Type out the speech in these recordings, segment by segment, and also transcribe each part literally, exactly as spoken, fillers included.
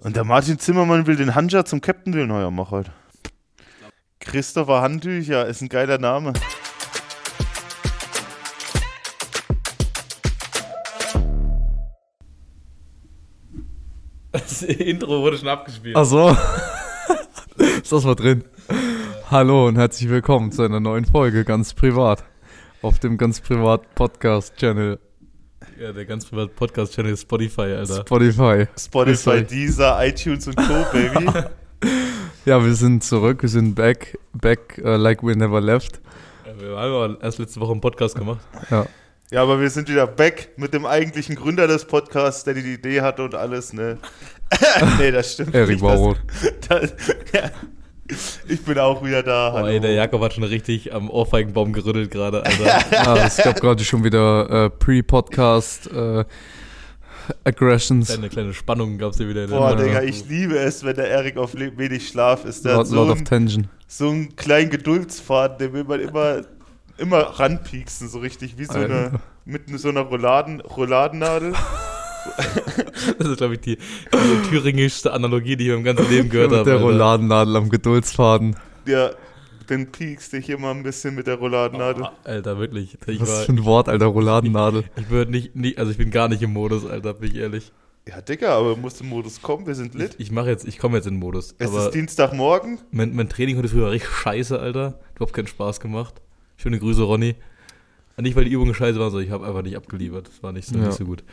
Und der Martin Zimmermann will den Hanja zum Captain Willenheuer machen heute. Christopher Handtücher ist ein geiler Name. Das Intro wurde schon abgespielt. Ach so. Ist das mal drin? Hallo und herzlich willkommen zu einer neuen Folge ganz privat auf dem ganz privat Podcast-Channel. Ja, der ganz privat Podcast-Channel ist Spotify, Alter. Spotify. Spotify, Deezer, iTunes und Co., Baby. Ja, wir sind zurück, wir sind back, back uh, like we never left. Ja, wir haben erst letzte Woche einen Podcast gemacht. Ja. Ja, aber wir sind wieder back mit dem eigentlichen Gründer des Podcasts, der die Idee hatte und alles, ne? Nee, das stimmt Erik nicht. Bauroth. Das, das, ja. Ich bin auch wieder da. Oh, Hallo. ey, der Jakob hat schon richtig am Ohrfeigenbaum gerüttelt gerade, Alter. Ah, es gab gerade schon wieder äh, Pre-Podcast äh, Aggressions. Kleine, kleine Spannungen gab es hier wieder. In Boah, der Digga, ich liebe es, wenn der Erik auf wenig Schlaf ist. Der Lot, hat so, lot of ein, tension. so einen kleinen Geduldsfaden, den will man immer, immer ranpieksen, so richtig, wie so Alter. eine, mit so einer Rouladen, Rouladennadel. Das ist, glaube ich, die, die thüringischste Analogie, die ich im ganzen Leben gehört Mit habe. der Alter. Rolladennadel am Geduldsfaden. Ja, den piekst dich immer ein bisschen mit der Rouladennadel. Oh, Alter, wirklich. Ich, Was ist war, für ein Wort, Alter, Rolladennadel. ich würde nicht, nicht, also ich bin gar nicht im Modus, Alter, bin ich ehrlich. Ja, Digga, aber muss im Modus kommen, wir sind lit. Ich, ich mache jetzt, ich komme jetzt in den Modus. Es aber ist Dienstagmorgen. mein, mein Training heute früh war richtig scheiße, Alter. Überhaupt keinen Spaß gemacht. Schöne Grüße, Ronny. Nicht, weil die Übungen scheiße waren, sondern ich habe einfach nicht abgeliefert. Das war nicht so, Ja. nicht so gut.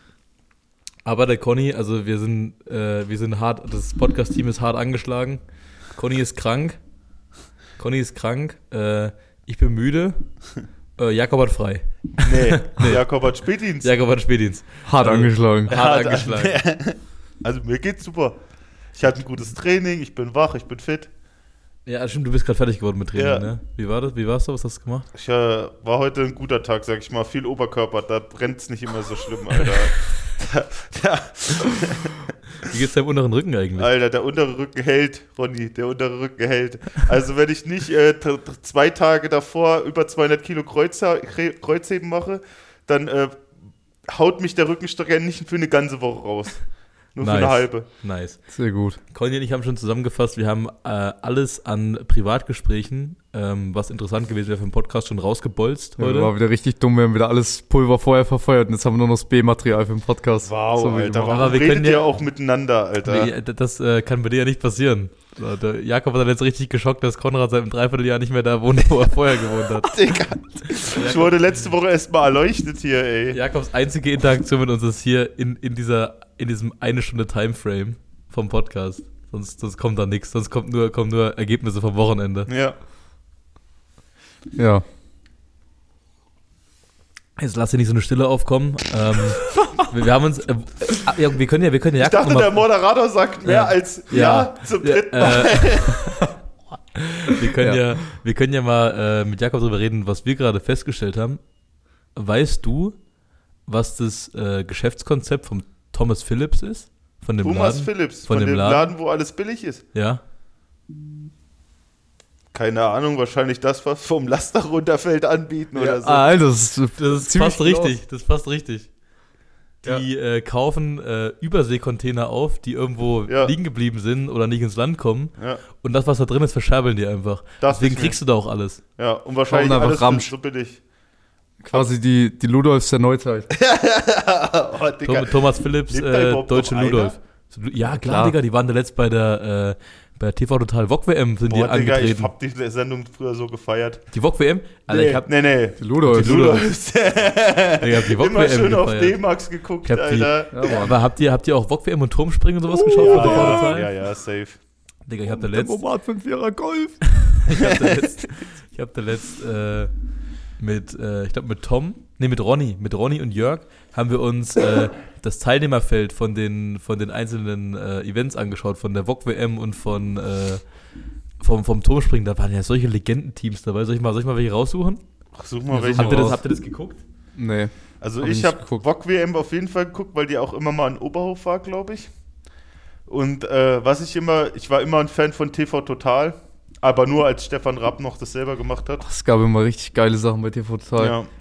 Aber der Conny, also wir sind, äh, wir sind hart, das Podcast-Team ist hart angeschlagen. Conny ist krank. Conny ist krank. Äh, ich bin müde. Äh, Jakob hat frei. Nee, Jakob hat Spätdienst. Jakob hat Spätdienst. Hart Also, angeschlagen. Hart angeschlagen. Also mir geht's super. Ich hatte ein gutes Training, ich bin wach, ich bin fit. Ja, stimmt, du bist gerade fertig geworden mit Training, Ja. ne? Wie war das? Wie warst du? Was hast du gemacht? Ich äh, war heute ein guter Tag, sag ich mal. Viel Oberkörper, da brennt's nicht immer so schlimm, Alter. da, da, Wie geht's deinem unteren Rücken eigentlich? Alter, der untere Rücken hält, Ronny, der untere Rücken hält. Also wenn ich nicht äh, t- t- zwei Tage davor über zweihundert Kilo Kreuzha- Kre- Kreuzheben mache, dann äh, haut mich der Rückenstrecker nicht für eine ganze Woche raus. Nur für Nice. eine halbe. Nice. Sehr gut. Conny und ich haben schon zusammengefasst, wir haben äh, alles an Privatgesprächen, ähm, was interessant gewesen wäre für den Podcast, schon rausgebolzt Ja, heute. war wieder richtig dumm, wir haben wieder alles Pulver vorher verfeuert und jetzt haben wir nur noch das B-Material für den Podcast. Wow, So wie Alter, immer. warum Aber wir redet können ihr ja- auch miteinander, Alter? Nee, d- das äh, kann bei dir ja nicht passieren. So, der Jakob hat dann jetzt richtig geschockt, dass Konrad seit einem Dreivierteljahr nicht mehr da wohnt, wo er vorher gewohnt hat. Digga, ich wurde letzte Woche erst mal erleuchtet hier, ey. Jakobs einzige Interaktion mit uns ist hier in, in, dieser, in diesem eine Stunde Timeframe vom Podcast. Sonst, sonst kommt da nichts, sonst kommt nur, kommen nur Ergebnisse vom Wochenende. Ja. Ja. Jetzt lass dir nicht so eine Stille aufkommen. Ähm, wir, wir haben uns, äh, äh, ja, wir können ja, wir können ja Ich Jakob dachte, noch der mal- Moderator sagt mehr Ja. als Ja, Ja. zum Ja, dritten Mal. äh, wir können ja. Ja. wir können ja mal äh, mit Jakob darüber reden, was wir gerade festgestellt haben. Weißt du, was das äh, Geschäftskonzept von Thomas Phillips ist? Von dem Thomas Laden? Phillips, Von von, dem dem Laden? Laden? wo alles billig ist. Ja. Keine Ahnung, wahrscheinlich das, was vom Laster runterfällt, anbieten oder so. Ah, Alter, das ist, Das ist ziemlich fast richtig. Das ist fast richtig. Ja. Die äh, kaufen äh, Überseekontainer auf, die irgendwo Ja. liegen geblieben sind oder nicht ins Land kommen. Ja, Und das, was da drin ist, verscherbeln die einfach. Das Deswegen ist mir- kriegst du da auch alles. ja, und wahrscheinlich Kaufen einfach alles Ramsch. so billig. quasi die, die Ludolfs der Neuzeit. Oh, Digga. Tom, Thomas Phillips, Lebt da äh, überhaupt Deutsche noch einer? Ludolf. Ja, klar, Klar. Digga, die waren da letzt bei der, äh, bei der T V Total Wok W M sind die Boah, Digga, ich angetreten. hab die Sendung früher so gefeiert. Die Wok W M? Alter, ich hab, nee, nee. Die Ludolfs. Die Ludolfs. Ludolfs. ich hab die Wok W Immer M schön auf gefeiert. D-Max geguckt, Ich hab die- Alter. Ja, Mann. Aber habt ihr, habt ihr auch Wok W M und Turmspringen und sowas geschaut? ja, für T V ja, Total? ja, ja, safe. Digga, ich hab da Der letzt, Momat fünf Vierer Golf. ich hab da letzt, ich hab da letzt äh, mit, äh, ich glaube mit Tom, nee, mit Ronny, mit Ronny und Jörg haben wir uns äh, das Teilnehmerfeld von den, von den einzelnen äh, Events angeschaut, von der Wok W M und von, äh, vom, vom Turmspringen. Da waren ja solche Legendenteams dabei. Soll ich mal, soll ich mal welche raussuchen? Ach, such mal Ja, welche such Habt ihr, das, raus. habt ihr das geguckt? Nee. Also Hab ich ich habe nicht geguckt. Wok W M auf jeden Fall geguckt, weil die auch immer mal in Oberhof war, glaube ich. Und äh, was ich immer, ich war immer ein Fan von T V Total, aber nur als Stefan Rapp noch das selber gemacht hat. Es gab immer richtig geile Sachen bei T V Total. Ja.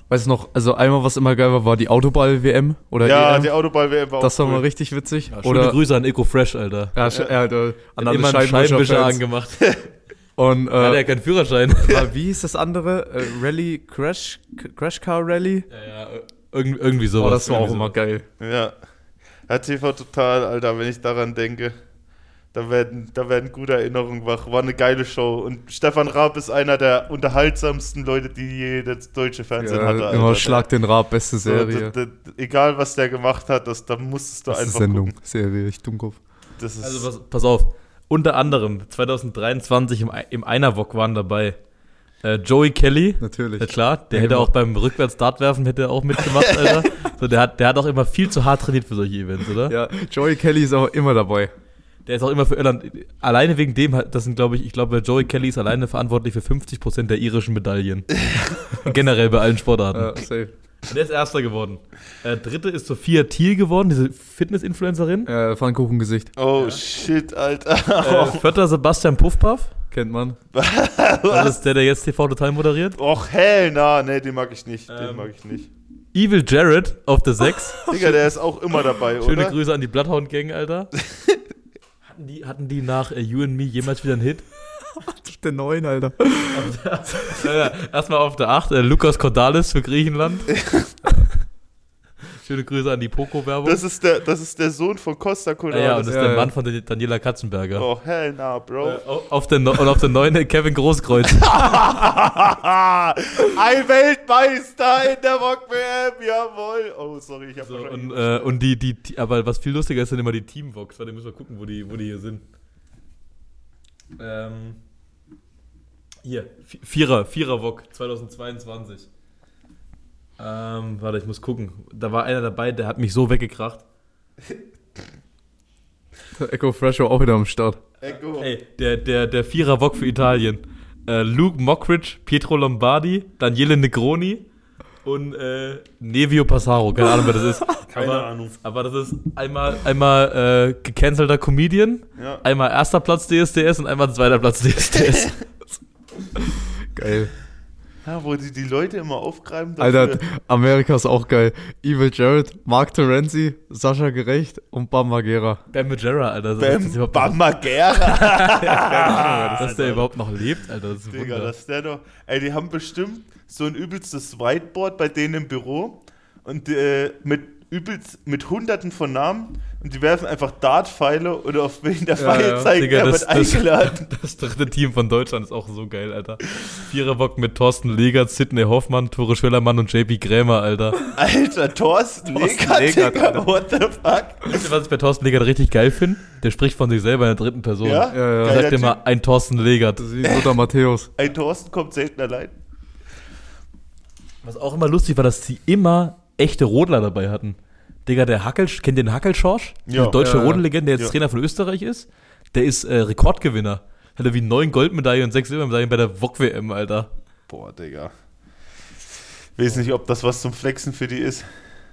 Weißt du noch, also einmal, was immer geil war, war die Autoball-W M oder Ja, E M. die Autoball-W M war Das auch war cool. mal richtig witzig. Ja, schöne oder Grüße an Eco Fresh, Alter. Ja, ja. ja äh, an alle Immer einen Scheibenwischer Scheibenwischer-Fans. angemacht. Und, Er hat ja äh, keinen Führerschein. aber wie hieß das andere? Äh, Rally, Crash, Crash Car Rally? Ja, ja, irgend, irgendwie sowas. Oh, das war auch Irgendwie immer sowas. geil. Ja. Ja, T V Total, Alter, wenn ich daran denke. Da werden, da werden gute Erinnerungen wach. War eine geile Show. Und Stefan Raab ist einer der unterhaltsamsten Leute, die je das deutsche Fernsehen Ja, hatte. Alter. immer Schlag den Raab, beste So, Serie. d- d- egal, was der gemacht hat, das, da musstest du Beste einfach Sendung, gucken. Serie, ich Dummkopf. Das ist, Also pass, pass auf, unter anderem zwanzig dreiundzwanzig im, im Einerwok waren dabei äh, Joey Kelly, Natürlich. ja klar, der Ja, hätte genau. auch beim Rückwärts-Dartwerfen hätte er auch mitgemacht, Alter. So, der hat, der hat auch immer viel zu hart trainiert für solche Events, oder? Ja, Joey Kelly ist auch immer dabei. Der ist auch immer für Irland, alleine wegen dem, das sind glaube ich, ich glaube Joey Kelly ist alleine verantwortlich für fünfzig Prozent der irischen Medaillen. Generell bei allen Sportarten. Ja, safe. Und der ist Erster geworden. Äh, Dritte ist Sophia Thiel geworden, diese Fitness-Influencerin. Äh, Pfannkuchengesicht, oh shit, Alter. Äh, Vierter Sebastian Puffpuff. kennt man. Das ist der, der jetzt T V Total moderiert. Och, hell, na, nee, den mag ich nicht. Den Ähm, mag ich nicht. Evil Jared auf der sechs. Digga, der ist auch immer dabei, Schöne oder? Grüße an die Bloodhound-Gang, Alter. hatten, die, hatten die nach äh, You and Me jemals wieder einen Hit? Der Neun, Alter. äh, erstmal auf der acht, äh, Lukas Cordalis für Griechenland. Schöne Grüße an die Poco-Werbung. Das ist der, das ist der Sohn von Costa Ah, Cordalis. ja, und das ist Ja, der ja. Mann von Dan- Daniela Katzenberger. Oh, hell, na, Bro. Äh, au- auf der, No- und auf der neun äh, Kevin Großkreuz. Ein Weltmeister in der Rock-W M, jawohl. Oh, sorry, ich hab So, wahrscheinlich... und äh, und die, die, die, aber was viel lustiger ist, sind immer die Teamvox. Warte, müssen wir gucken, wo die, wo die hier sind. Ähm, hier, Vi- Vierer, Vierer-Vok zweitausendzweiundzwanzig. Ähm, warte, ich muss gucken. Da war einer dabei, der hat mich so weggekracht. Echo Fresh war auch wieder am Start. Echo. Ey, der, der, der Vierer-Vok für Italien. Äh, Luke Mockridge, Pietro Lombardi, Daniele Negroni und äh, Nevio Passaro. Keine Ahnung, wer das ist. Keine aber, Ahnung. Aber das ist einmal, einmal äh, gecancelter Comedian, Ja. einmal erster Platz D S D S und einmal zweiter Platz D S D S. Geil. Ja, wo die die Leute immer aufgreifen dafür. Alter, Amerika ist auch geil. Evil Jared, Mark Terenzi, Sascha Gerecht und Bam Margera. Bam Majera, Alter. So, Bam, dass, überhaupt Bam noch, Margera. dass der überhaupt noch lebt, Alter. Das ist ein Digga, Wunder. das ist der doch. Ey, die haben bestimmt so ein übelstes Whiteboard bei denen im Büro und äh, mit übelst mit hunderten von Namen und die werfen einfach Dartpfeile oder auf wen der Ja, Pfeil ja. zeigt, Digga, der das, wird eingeladen. das, das dritte Team von Deutschland ist auch so geil, Alter. Viererbock mit Thorsten Legert, Sidney Hoffmann, Tore Schwellermann und J P Grämer, Alter. Alter, Thorsten Thorsten Legert, Legert, Digga, Alter. what the fuck? Weißt du, was ich bei Thorsten Legert richtig geil finde? Der spricht von sich selber in der dritten Person. Ja? Ja, ja. Er Geiler sagt immer, Typ. ein Thorsten Legert. Das ist wie Lothar Matthäus. Ein Thorsten kommt selten allein. Was auch immer lustig war, dass sie immer echte Rodler dabei hatten. Digga, der Hackel, kennt ihr den Hackel-Schorsch? Ja. Die deutsche Ja, ja. Rodellegende, der jetzt Ja. Trainer von Österreich ist. Der ist äh, Rekordgewinner. Hat er wie neun Goldmedaillen und sechs Silbermedaillen bei der V O G W M, Alter. Boah, Digga. Weiß nicht, ob das was zum Flexen für die ist.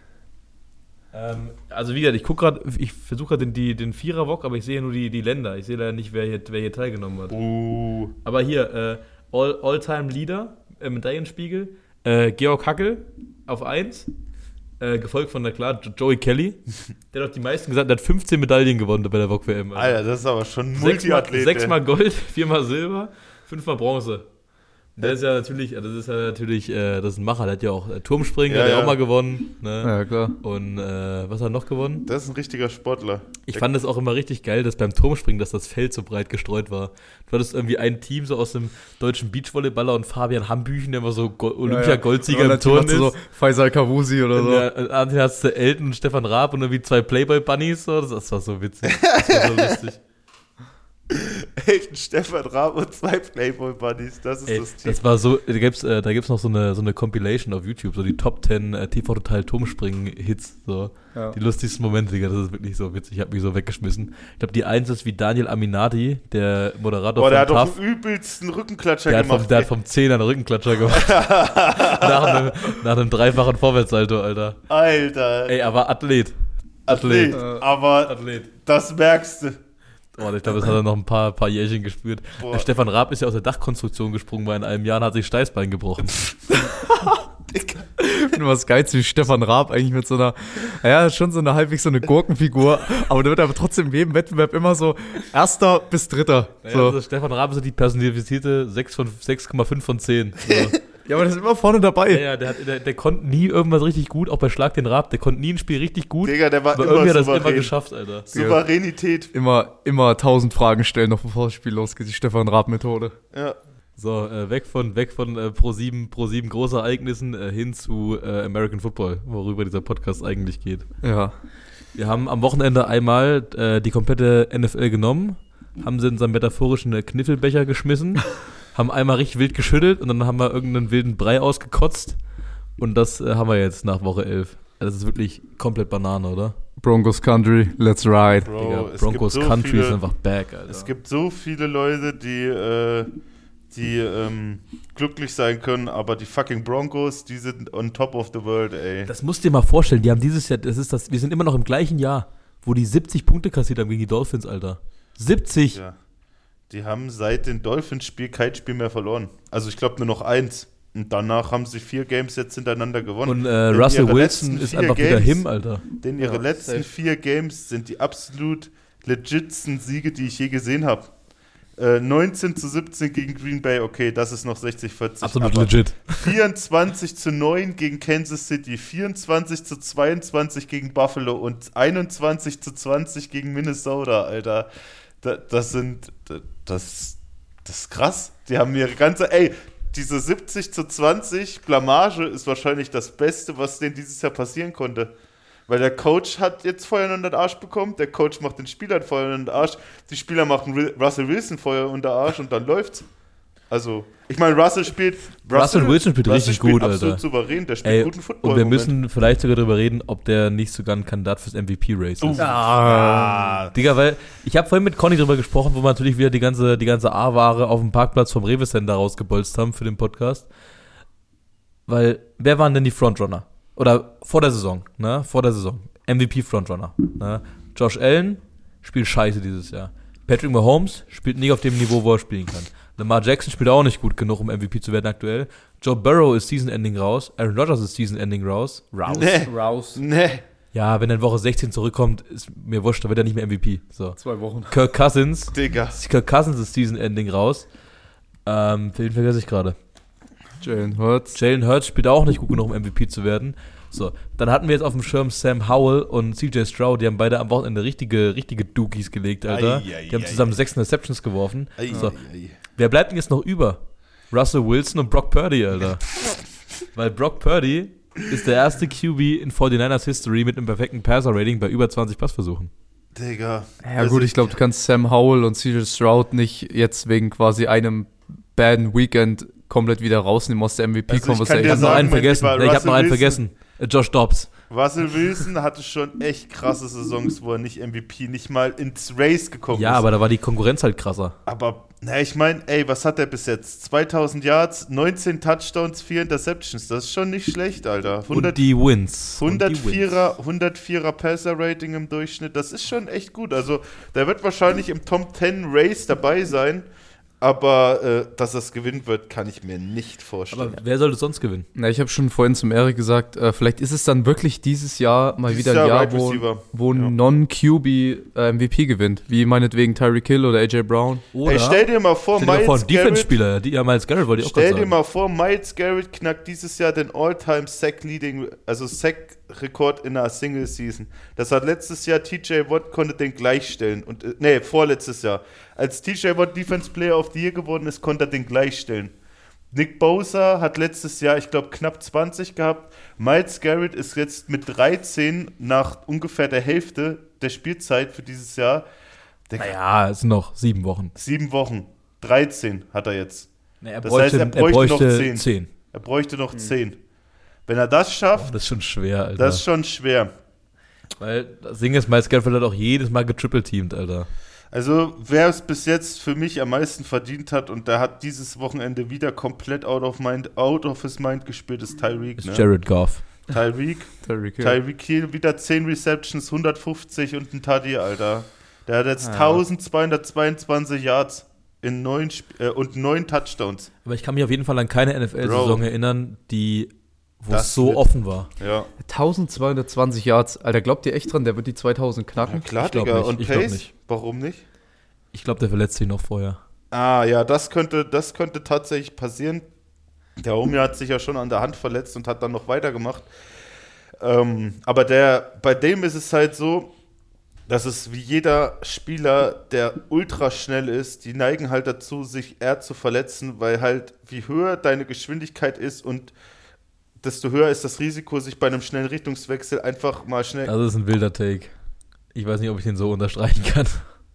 Ähm, also wie gesagt, ich guck gerade, ich versuche gerade den, die- den Vierer-V O G, aber ich sehe nur die, die Länder. Ich sehe leider nicht, wer hier, wer hier teilgenommen hat. Uh. Aber hier, äh, All- All-Time-Leader, äh, Medaillenspiegel, äh, Georg Hackel auf eins, äh, gefolgt von, na klar, Jo- Joey Kelly. Der hat auch die meisten gesagt, der hat fünfzehn Medaillen gewonnen bei der V O G W M. Alter, das ist aber schon ein Sechsmal, Multiathlet. sechsmal Gold, viermal Silber, fünfmal Bronze. Der ist ja natürlich, das ist ja natürlich, äh, das ist ein Macher, der hat ja auch äh, Turmspringen, Ja, hat er ja. auch mal gewonnen. Ne? Ja, klar. Und äh, was hat er noch gewonnen? Das ist ein richtiger Sportler. Ich fand es auch immer richtig geil, dass beim Turmspringen, dass das Feld so breit gestreut war. Du hattest irgendwie ein Team so aus dem deutschen Beachvolleyballer und Fabian Hambüchen, der immer so Go- Olympia-Goldsieger im Turnen ist. So Faisal Kavusi oder Und so. der äh, Anthony hattest du Elton und Stefan Raab und irgendwie zwei Playboy-Bunnies. So. Das, das war so witzig. Das war so lustig. Elton, Stefan Raab und zwei Playboy-Buddies. Das ist Ey, das Team. das war so, da gibt's, äh, da gibt's noch so eine, so eine Compilation auf YouTube, so die Top zehn äh, T V Total Turmspringen-Hits, so. Ja. Die lustigsten Momente, Digga, das ist wirklich so witzig, ich hab mich so weggeschmissen. Ich glaube, die eins ist wie Daniel Aminati, der Moderator Boah, der hat von doch TAF. den übelsten Rückenklatscher Der hat, vom, gemacht. der hat vom Zehner einen Rückenklatscher gemacht. nach, einem, nach einem dreifachen Vorwärtssalto, Alter. Alter. Ey, aber Athlet. Athlet. Athlet. Aber Athlet. das merkst du. Oh, ich glaube, das hat er noch ein paar, paar Jährchen gespürt. Boah. Der Stefan Raab ist ja aus der Dachkonstruktion gesprungen, weil in einem Jahr hat sich Steißbein gebrochen. Digga. Ich finde was geil wie Stefan Raab eigentlich mit so einer, ja, schon so eine halbwegs so eine Gurkenfigur, aber der wird aber trotzdem in jedem Wettbewerb immer so Erster bis Dritter. Naja, So. also Stefan Raab ist so die personifizierte sechs Komma fünf von zehn. So. Ja, aber der ist immer vorne dabei. Ja, ja, der, hat, der, der konnte nie irgendwas richtig gut, auch bei Schlag den Raab, der konnte nie ein Spiel richtig gut. Digga, der war aber immer irgendwie hat er das souverän. immer geschafft, Alter. Souveränität. Immer, immer tausend Fragen stellen, noch bevor das Spiel losgeht, die Stefan Raab-Methode. Ja. So, äh, weg von, weg von äh, Pro sieben Großereignissen äh, hin zu äh, American Football, worüber dieser Podcast eigentlich geht. Ja. Wir haben am Wochenende einmal äh, die komplette N F L genommen, haben sie in seinen metaphorischen äh, Kniffelbecher geschmissen, haben einmal richtig wild geschüttelt und dann haben wir irgendeinen wilden Brei ausgekotzt und das äh, haben wir jetzt nach Woche elf. Also das ist wirklich komplett Banane, oder? Broncos Country, let's ride. Bro, Digga, es Broncos gibt so Country viele, ist einfach back, Alter. Es gibt so viele Leute, die, äh, die ähm, glücklich sein können, aber die fucking Broncos, die sind on top of the world, ey. Das musst du dir mal vorstellen, die haben dieses Jahr, das ist das, wir sind immer noch im gleichen Jahr, wo die siebzig Punkte kassiert haben gegen die Dolphins, Alter. siebzig! Ja. Die haben seit dem Dolphins-Spiel kein Spiel mehr verloren. Also ich glaube nur noch eins. Und danach haben sie vier Games jetzt hintereinander gewonnen. Und äh, Denn Russell ihre Wilson letzten ist vier einfach wieder Games- him, Alter. Denn ihre Ja, letzten safe. vier Games sind die absolut legitsten Siege, die ich je gesehen habe. Äh, neunzehn zu siebzehn gegen Green Bay, okay, das ist noch sechzig vierzig. Absolut aber legit. vierundzwanzig zu neun gegen Kansas City, vierundzwanzig zu zweiundzwanzig gegen Buffalo und einundzwanzig zu zwanzig gegen Minnesota, Alter. Da, das sind, das, das ist krass. Die haben ihre ganze, ey, diese siebzig zu zwanzig Blamage ist wahrscheinlich das Beste, was denen dieses Jahr passieren konnte. Weil der Coach hat jetzt Feuer unter den Arsch bekommen, der Coach macht den Spielern Feuer unter den Arsch, die Spieler machen Ru- Russell Wilson Feuer unter den Arsch und dann läuft's. Also, ich meine, Russell spielt... Russell Wilson spielt richtig gut, absolut Alter. souverän, der spielt Ey, guten Football. und wir im Moment. müssen vielleicht sogar darüber reden, ob der nicht sogar ein Kandidat fürs M V P-Race ist. Ah. Digga, weil ich habe vorhin mit Conny drüber gesprochen, wo wir natürlich wieder die ganze, die ganze A-Ware auf dem Parkplatz vom Rewe Center rausgebolzt haben für den Podcast. Weil, wer waren denn die Frontrunner? Oder vor der Saison, ne? Vor der Saison. M V P-Frontrunner. Ne? Josh Allen spielt scheiße dieses Jahr. Patrick Mahomes spielt nicht auf dem Niveau, wo er spielen kann. Lamar Jackson spielt auch nicht gut genug, um M V P zu werden aktuell. Joe Burrow ist Season-Ending raus. Aaron Rodgers ist Season-Ending raus. Raus. Nee. Raus. Nee. Ja, wenn er in Woche sechzehn zurückkommt, ist mir wurscht, da wird er nicht mehr M V P. So. Zwei Wochen. Kirk Cousins. Digga. Kirk Cousins ist Season-Ending raus. Ähm, wen vergesse ich gerade? Jalen Hurts. Jalen Hurts spielt auch nicht gut genug, um M V P zu werden. So, dann hatten wir jetzt auf dem Schirm Sam Howell und C J Stroud, die haben beide am Wochenende richtige, richtige Dookies gelegt, Alter. Ei, ei, die haben ei, zusammen ei. sechs Interceptions geworfen. Ei, So, ei, ei. wer bleibt denn jetzt noch über? Russell Wilson und Brock Purdy, Alter. Weil Brock Purdy ist der erste Q B in forty-niners History mit einem perfekten Passer-Rating bei über zwanzig Passversuchen. Digga. Ja Also gut, ich glaube, du kannst Sam Howell und C J Stroud nicht jetzt wegen quasi einem baden Weekend komplett wieder rausnehmen aus der M V Also ich kann P-Conversation. Ich dir hab noch sagen, einen mein vergessen. lieber Ich hab Russell noch einen Wilson- vergessen. Äh, Josh Dobbs. Russell Wilson hatte schon echt krasse Saisons, wo er nicht M V P, nicht mal ins Race gekommen Ja, ist. aber da war die Konkurrenz halt krasser. Aber, na, ich meine, ey, was hat er bis jetzt? zweitausend Yards, neunzehn Touchdowns, vier Interceptions. Das ist schon nicht schlecht, Alter. Und die Wins. Und die Wins. hundertvierer, hundertvierer Passer-Rating im Durchschnitt, das ist schon echt gut. Also, der wird wahrscheinlich im Top zehn Race dabei sein, aber äh, dass er es gewinnen wird, kann ich mir nicht vorstellen. Aber wer sollte sonst gewinnen? Na, ich habe schon vorhin zum Erik gesagt, äh, vielleicht ist es dann wirklich dieses Jahr mal Dieses wieder ein Jahr Jahr, Wide wo, Receiver. wo Ja. ein Non-Q B äh, M V P gewinnt. Wie meinetwegen Tyreek Hill oder A J Brown. Oder Ey, stell dir mal vor, stell dir mal vor, Miles ein Garrett, Defense-Spieler. Die, ja, Miles Garrett wollte ich auch gerade stell dir sagen. mal vor, Miles Garrett knackt dieses Jahr den All-Time-Sack-Leading, also Sack-Rekord in einer Single-Season. Das hat letztes Jahr T J Watt konnte den gleichstellen. Und, äh, nee, vorletztes Jahr. Als T J Watt Defense Player of the Year geworden ist, konnte er den gleichstellen. Nick Bosa hat letztes Jahr, ich glaube, knapp zwanzig gehabt. Miles Garrett ist jetzt mit dreizehn nach ungefähr der Hälfte der Spielzeit für dieses Jahr. Der Naja, es sind noch sieben Wochen. Sieben Wochen. dreizehn hat er jetzt. Nee, er Das bräuchte, heißt, er bräuchte noch zehn. zehn. Er bräuchte noch zehn. Wenn er das schafft, Das ist schon schwer, Alter. das ist schon schwer. Weil das Ding ist, Miles Garrett wird halt auch jedes Mal getriple-teamt, Alter. Also, wer es bis jetzt für mich am meisten verdient hat und der hat dieses Wochenende wieder komplett out of mind, out of his mind gespielt, ist Tyreek. Ist Ne? Jared Goff. Tyreek. Tyreek Hill. Tyreek Hill, wieder zehn Receptions, hundertfünfzig und ein Tutty, Alter. Der hat jetzt Ja. eintausendzweihundertzweiundzwanzig Yards in neun Sp- äh, und neun Touchdowns. Aber ich kann mich auf jeden Fall an keine N F L-Saison Bro. erinnern, die, wo Das es so wird- offen war. Ja, eintausendzweihundertzwanzig Yards. Alter, glaubt ihr echt dran, der wird die zweitausend ja knacken? klar, Ich glaub Digga. nicht, Und ich glaub Pace? nicht. Warum nicht? Ich glaube, der verletzt sich noch vorher. Ah, ja, das könnte, das könnte tatsächlich passieren. Der Omi hat sich ja schon an der Hand verletzt und hat dann noch weitergemacht. Ähm, aber der, bei dem ist es halt so, dass es wie jeder Spieler, der ultra schnell ist, die neigen halt dazu, sich eher zu verletzen, weil halt wie höher deine Geschwindigkeit ist und desto höher ist das Risiko, sich bei einem schnellen Richtungswechsel einfach mal schnell... Das ist ein wilder Take. Ich weiß nicht, ob ich den so unterstreichen kann.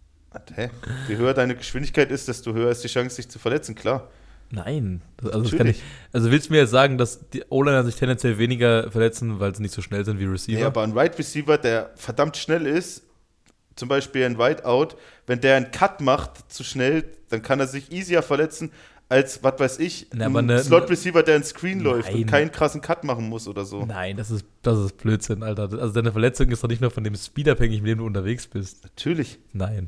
Hä? Je höher deine Geschwindigkeit ist, desto höher ist die Chance, sich zu verletzen, klar. Nein. Das, also, das kann Natürlich. ich, also willst du mir jetzt sagen, dass die O-Liner sich tendenziell weniger verletzen, weil sie nicht so schnell sind wie Receiver? Ja, aber ein Wide Receiver, der verdammt schnell ist, zum Beispiel ein Wideout, wenn der einen Cut macht zu schnell, dann kann er sich easier verletzen als, was weiß ich, Na, ein aber ne- Slot Receiver, der einen Screen läuft Nein. und keinen krassen Cut machen muss oder so. Nein, das ist, das ist Blödsinn, Alter. Also deine Verletzung ist doch nicht nur von dem Speed abhängig, mit dem du unterwegs bist. Natürlich. Nein.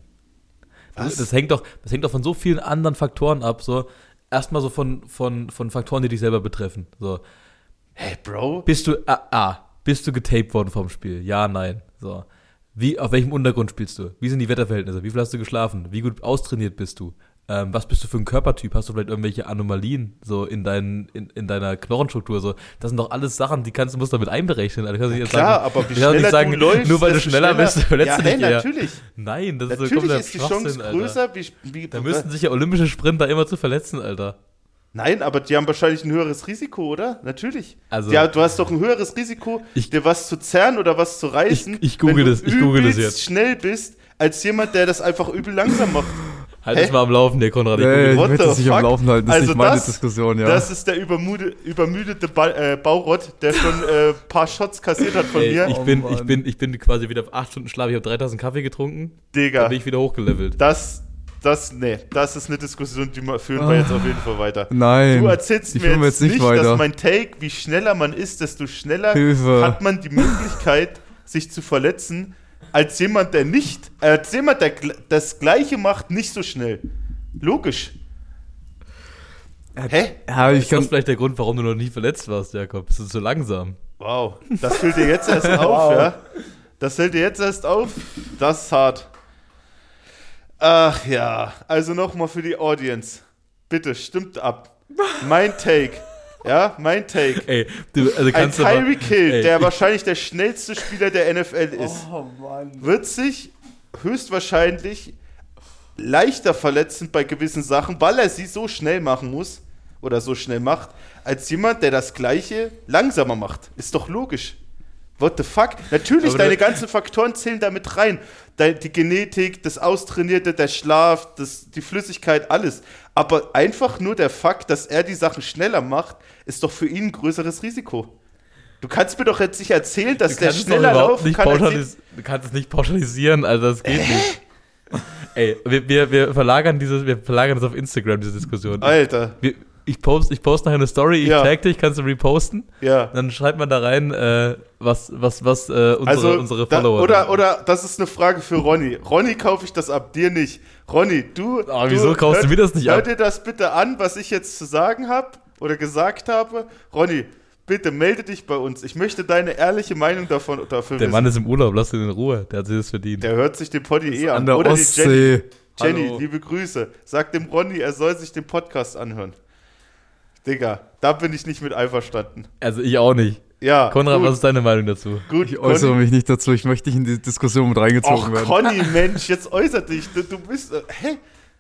Was? Das hängt doch, das hängt doch von so vielen anderen Faktoren ab. So, erstmal so von, von, von Faktoren, die dich selber betreffen. So, Hey, Bro. bist du, ah, ah, bist du getaped worden vom Spiel? Ja, nein. So. Wie, auf welchem Untergrund spielst du? Wie sind die Wetterverhältnisse? Wie viel hast du geschlafen? Wie gut austrainiert bist du? Ähm, was bist du für ein Körpertyp? Hast du vielleicht irgendwelche Anomalien so in, dein, in, in deiner Knochenstruktur? So? Das sind doch alles Sachen, die kannst du musst damit einberechnen. Also, kannst du nicht Klar, sagen, aber wie du kannst nicht schneller sagen, du läufst, nur weil du desto schneller bist, verletzt ja, du hey, dich eher. natürlich. Nein, das ist so Natürlich kompletter ist die Chance Schwachsinn, Alter. größer, wie, wie Da müssten sich ja olympische Sprinter immer zu verletzen, Alter. Nein, aber die haben wahrscheinlich ein höheres Risiko, oder? Natürlich. Also- ja, du hast doch ein höheres Risiko, Ich- dir was zu zerren oder was zu reißen, Ich- ich google wenn du das- ich google das übelst jetzt. schnell bist, als jemand, der das einfach übel langsam macht. Halt Hä? es mal am Laufen, der Konrad. Ich Nee, google- ich What möchte the es nicht am fuck? Laufen halten, das ist Also nicht meine das- Diskussion, ja. Das ist der übermüde, übermüdete ba äh, Baurott, der schon ein äh, paar Shots kassiert hat von Ey, mir. ich, Oh bin, Mann. ich, bin, ich bin quasi wieder auf acht Stunden Schlaf. Ich habe dreitausend Kaffee getrunken. Dann Digga, bin ich wieder hochgelevelt. das, das, nee, das ist eine Diskussion, die wir- führen wir Ah. jetzt auf jeden Fall weiter. Nein, Du erzählst die mir führen wir jetzt nicht, weiter. dass mein Take, wie schneller man ist, desto schneller Hilfe. hat man die Möglichkeit, sich zu verletzen, als jemand, der nicht, äh, als jemand, der gl- das Gleiche macht, nicht so schnell. Logisch. Hä? Ja, ich Ist das kann, vielleicht der Grund, warum du noch nie verletzt warst, Jakob? Bist du zu langsam? Wow, das fällt dir jetzt erst auf, ja? Das fällt dir jetzt erst auf? Das ist hart. Ach ja, also nochmal für die Audience. Bitte, stimmt ab. Mein Take, ja, mein Take. Ey, du, also Ein kannst du mal- Tyreek Hill, Ey, der ich- wahrscheinlich der schnellste Spieler der N F L ist, wird sich höchstwahrscheinlich leichter verletzen bei gewissen Sachen, weil er sie so schnell machen muss oder so schnell macht, als jemand, der das Gleiche langsamer macht. Ist doch logisch. What the fuck? Natürlich, Aber deine das- ganzen Faktoren zählen damit rein. Dein, die Genetik, das Austrainierte, der Schlaf, das, die Flüssigkeit, alles. Aber einfach nur der Fakt, dass er die Sachen schneller macht, ist doch für ihn ein größeres Risiko. Du kannst mir doch jetzt nicht erzählen, dass Du der kannst es doch schneller überhaupt laufen nicht kann. als pauschalis- Du kannst es nicht pauschalisieren, also das geht nicht. Ey, wir, wir, wir verlagern dieses, wir verlagern das auf Instagram, diese Diskussion. Alter, Wir, ich poste ich post nachher eine Story, ich Ja. tag dich, kannst du reposten. ja. Dann schreibt man da rein, äh, was, was, was äh, unsere, Also, unsere da, Follower oder, denken. oder das ist eine Frage für Ronny. Ronny, kaufe ich das ab, dir nicht. Ronny, du. Ah, wieso kaufst du mir das nicht hör ab? dir das bitte an, was ich jetzt zu sagen habe oder gesagt habe. Ronny, bitte melde dich bei uns. Ich möchte deine ehrliche Meinung davon dafür Der wissen. Mann ist im Urlaub, lass ihn in Ruhe, der hat sich das verdient. Der hört sich den Poddy eh an. an der Oder die Jenny. Ostsee. Jenny, Hallo. liebe Grüße. Sag dem Ronny, er soll sich den Podcast anhören. Digga, da bin ich nicht mit einverstanden. Also ich auch nicht. Ja, Konrad, gut, was ist deine Meinung dazu? gut. Ich äußere mich nicht dazu, ich möchte nicht in die Diskussion mit reingezogen Och, werden. Conny, Mensch, jetzt äußer dich. Du, du bist, äh, hä?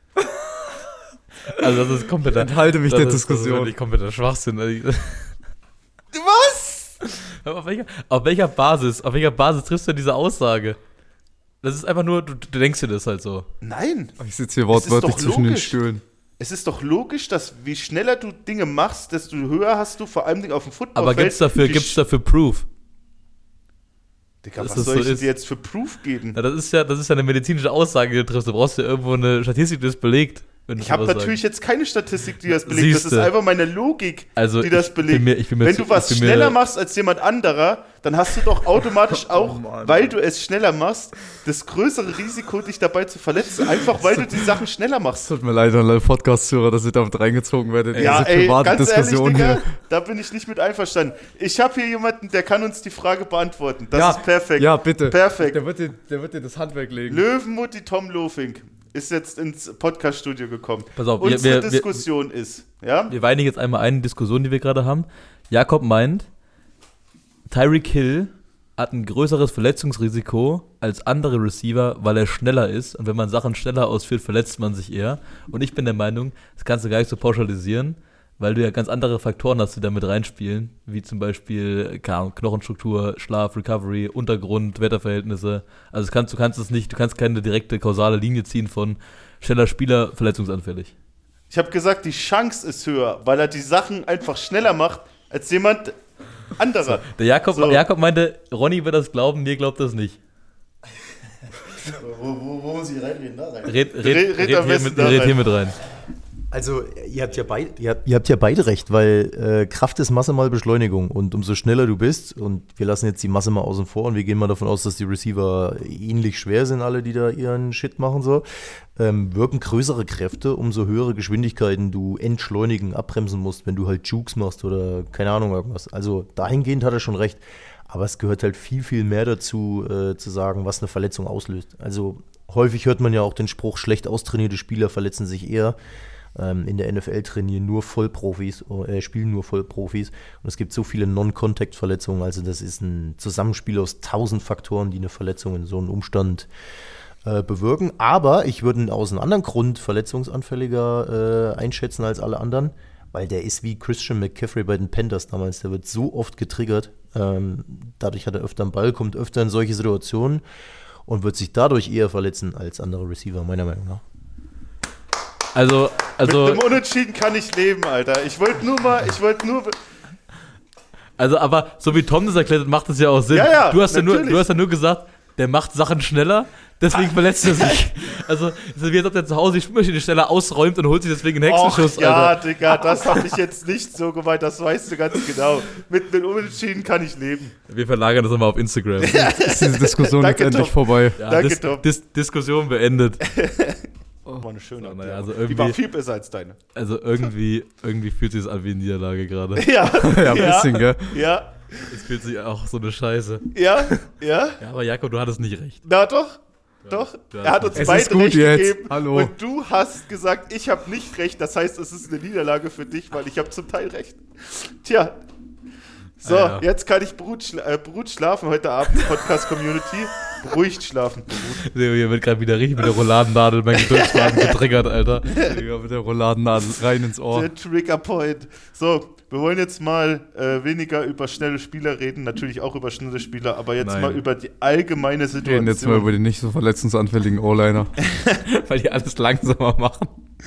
Also das ist kompletter, Enthalte mich das der ist, Das Diskussion. ist wirklich kompletter Schwachsinn. Also, Was? auf, welcher, auf welcher Basis, auf welcher Basis triffst du diese Aussage? Das ist einfach nur, du, du denkst dir das halt so. Nein. Ich sitze hier Es ist wortwörtlich doch zwischen den logisch. Stühlen. Es ist doch logisch, dass je schneller du Dinge machst, desto höher hast du vor allem auf dem Footballfeld. Aber gibt's dafür, die gibt's Sch- dafür Proof? Digga, dass was das soll so ich denn ist? dir jetzt für Proof geben? Na, das ist ja, das ist ja eine medizinische Aussage, die du triffst. Du brauchst ja irgendwo eine Statistik, die das belegt. Könntest Ich habe du was natürlich sagen. jetzt keine Statistik, die das belegt. Das ist Siehste. einfach meine Logik, Also die das ich bin belegt. mir- ich bin mir Wenn zu- du was ich bin mir- schneller machst als jemand anderer, dann hast du doch automatisch auch, weil du es schneller machst, das größere Risiko, dich dabei zu verletzen. Einfach, weil du die Sachen schneller machst. Tut mir leid, alle Podcast-Hörer, dass ihr damit reingezogen werdet in Ja, diese ey, private ganz Diskussion ehrlich, Digga, hier. da bin ich nicht mit einverstanden. Ich habe hier jemanden, der kann uns die Frage beantworten. Das ja, ist perfekt. Ja, bitte. Perfekt. Der wird, dir, der wird dir das Handwerk legen. Löwenmutti Tom Lofink ist jetzt ins Podcast-Studio gekommen. Pass auf, wir- Unsere wir- Diskussion ist, ja? Wir weinigen jetzt einmal eine Diskussion, die wir gerade haben. Jakob meint, Tyreek Hill hat ein größeres Verletzungsrisiko als andere Receiver, weil er schneller ist. Und wenn man Sachen schneller ausführt, verletzt man sich eher. Und ich bin der Meinung, das kannst du gar nicht so pauschalisieren, weil du ja ganz andere Faktoren hast, die da mit reinspielen. Wie zum Beispiel keine Ahnung, Knochenstruktur, Schlaf, Recovery, Untergrund, Wetterverhältnisse. Also das kannst, du kannst es nicht, du kannst keine direkte kausale Linie ziehen von schneller Spieler, verletzungsanfällig. Ich habe gesagt, die Chance ist höher, weil er die Sachen einfach schneller macht als jemand anderer. Der Jakob, So. Jakob meinte, Ronny wird das glauben, mir glaubt das nicht. Wo, wo, wo muss ich reinreden? Da rein. Red, red, Red- red, red red, am hier, besten mit, da red rein. hier mit rein. Also, ihr habt ja beide, ihr habt, ihr habt ja beide recht, weil äh, Kraft ist Masse mal Beschleunigung. Und umso schneller du bist, und wir lassen jetzt die Masse mal außen vor und wir gehen mal davon aus, dass die Receiver ähnlich schwer sind, alle, die da ihren Shit machen, so, ähm, wirken größere Kräfte, umso höhere Geschwindigkeiten du entschleunigen, abbremsen musst, wenn du halt Jukes machst oder keine Ahnung irgendwas. Also dahingehend hat er schon recht. Aber es gehört halt viel, viel mehr dazu, äh, zu sagen, was eine Verletzung auslöst. Also häufig hört man ja auch den Spruch, schlecht austrainierte Spieler verletzen sich eher. Ähm, in der N F L trainieren nur Vollprofis, äh, spielen nur Vollprofis. Und es gibt so viele Non-Contact-Verletzungen. Also das ist ein Zusammenspiel aus tausend Faktoren, die eine Verletzung in so einem Umstand äh, bewirken. Aber ich würde ihn aus einem anderen Grund verletzungsanfälliger äh, einschätzen als alle anderen. Weil der ist wie Christian McCaffrey bei den Panthers damals. Der wird so oft getriggert. Ähm, dadurch hat er öfter einen Ball, kommt öfter in solche Situationen und wird sich dadurch eher verletzen als andere Receiver, meiner Meinung nach. Also, also, Mit einem Unentschieden kann ich leben, Alter. Ich wollte nur mal, ich wollte nur... also, aber so wie Tom das erklärt hat, macht das ja auch Sinn. Ja, ja, du, hast ja nur, natürlich. du hast ja nur gesagt, der macht Sachen schneller, deswegen verletzt er sich. Also, es ist wie als ob der zu Hause die Spülmaschine schneller ausräumt und holt sich deswegen einen Och, Hexenschuss. ja, Alter. Digga, das habe ich jetzt nicht so gemeint, das weißt du ganz genau. Mit einem Unentschieden kann ich leben. Wir verlagern das nochmal auf Instagram. Ist diese Diskussion Danke, jetzt endlich Tom. vorbei. Ja, Danke, Dis Tom. Dis Diskussion beendet. War eine schöne So, naja, Erklärung. also Die irgendwie- war viel besser als deine. Also irgendwie, irgendwie fühlt sich das an wie eine Niederlage gerade. Ja, Ja, ein bisschen, gell? Ja, Es fühlt sich auch so eine Scheiße. ja, ja. Ja, aber Jakob, du hattest nicht recht. Na doch, doch. du hast Er hat uns Es beide ist gut recht jetzt. gegeben. Hallo. Und du hast gesagt, ich habe nicht recht. Das heißt, es ist eine Niederlage für dich, weil ich habe zum Teil recht. Tja. So, Ah, ja. jetzt kann ich beruhigt, schla äh, beruhigt schlafen heute Abend, Podcast-Community. Beruhigt schlafen. Hier wird gerade wieder richtig mit der Roladennadel mein Geduldsfaden getriggert, Alter. Digga, mit der Rolladennadel rein ins Ohr. Der Triggerpoint. So, wir wollen jetzt mal äh, weniger über schnelle Spieler reden, natürlich auch über schnelle Spieler, aber jetzt Nein. mal über die allgemeine Wir Situation. reden jetzt mal über die nicht so verletzungsanfälligen O-Liner. Weil die alles langsamer machen.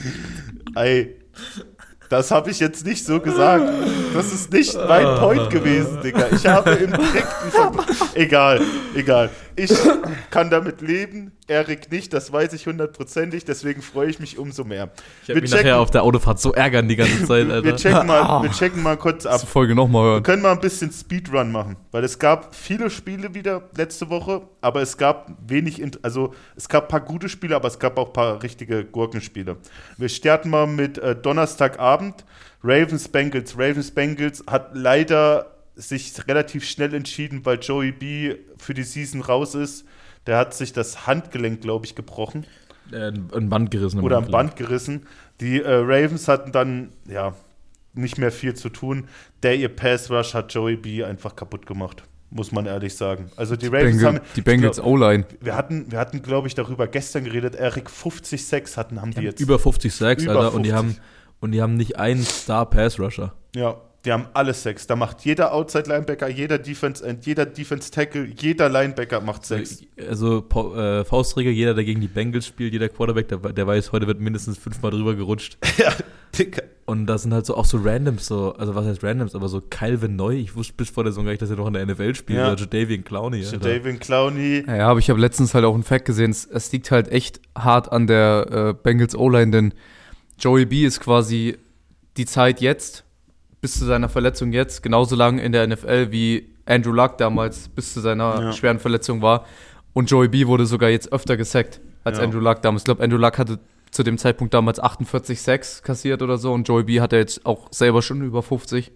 Ey, das habe ich jetzt nicht so gesagt. Das ist nicht mein Point gewesen, Digga. Ich habe im direkten Vergleich. Egal, egal. Ich kann damit leben, Erik nicht, das weiß ich hundertprozentig, deswegen freue ich mich umso mehr. Ich werde mich nachher auf der Autofahrt so ärgern die ganze Zeit, Alter. wir, checken mal, wir checken mal kurz ab. Die Folge nochmal Wir hören. können mal ein bisschen Speedrun machen, weil es gab viele Spiele wieder letzte Woche, aber es gab wenig, Int- also es gab ein paar gute Spiele, aber es gab auch ein paar richtige Gurkenspiele. Wir starten mal mit äh, Donnerstagabend, Ravens Bengals. Ravens Bengals hat leider sich relativ schnell entschieden, weil Joey B für die Season raus ist. Der hat sich das Handgelenk, glaube ich, gebrochen. Äh, ein Band gerissen. im Oder am Handgelenk. Band gerissen. Die äh, Ravens hatten dann, ja, nicht mehr viel zu tun. Der ihr Pass Rush hat Joey B einfach kaputt gemacht, muss man ehrlich sagen. Also die Ravens Bengal, haben, die Bengals ich glaub, O-Line. wir hatten, wir hatten, glaube ich, darüber gestern geredet, Erik, fünfzig Sacks hatten, haben die, Die haben jetzt. über fünfzig Sacks, Über Alter, und die fünfzig. haben und die haben nicht einen Star-Pass-Rusher. Ja, die haben alle Sacks. Da macht jeder Outside-Linebacker, jeder Defense-End, jeder Defense-Tackle, jeder Linebacker macht Sacks. Also Pa- äh, Faustregel, jeder, der gegen die Bengals spielt, jeder Quarterback, der, der weiß, heute wird mindestens fünfmal drüber gerutscht. Ja, Dicker. Und da sind halt so auch so Randoms, so, also was heißt Randoms, aber so Calvin Neu, ich wusste bis vor der Saison gar nicht, dass er noch in der N F L spielt, Ja. oder Jadavian Clowney. Alter. David Clowney. Ja, aber ich habe letztens halt auch einen Fact gesehen, es, es liegt halt echt hart an der äh, Bengals O-Line, denn Joey B ist quasi die Zeit jetzt, bis zu seiner Verletzung jetzt, genauso lang in der N F L wie Andrew Luck damals bis zu seiner Ja. schweren Verletzung war. Und Joey B wurde sogar jetzt öfter gesackt als Ja. Andrew Luck damals. Ich glaube, Andrew Luck hatte zu dem Zeitpunkt damals achtundvierzig Sacks kassiert oder so und Joey B hat er jetzt auch selber schon über fünfzig.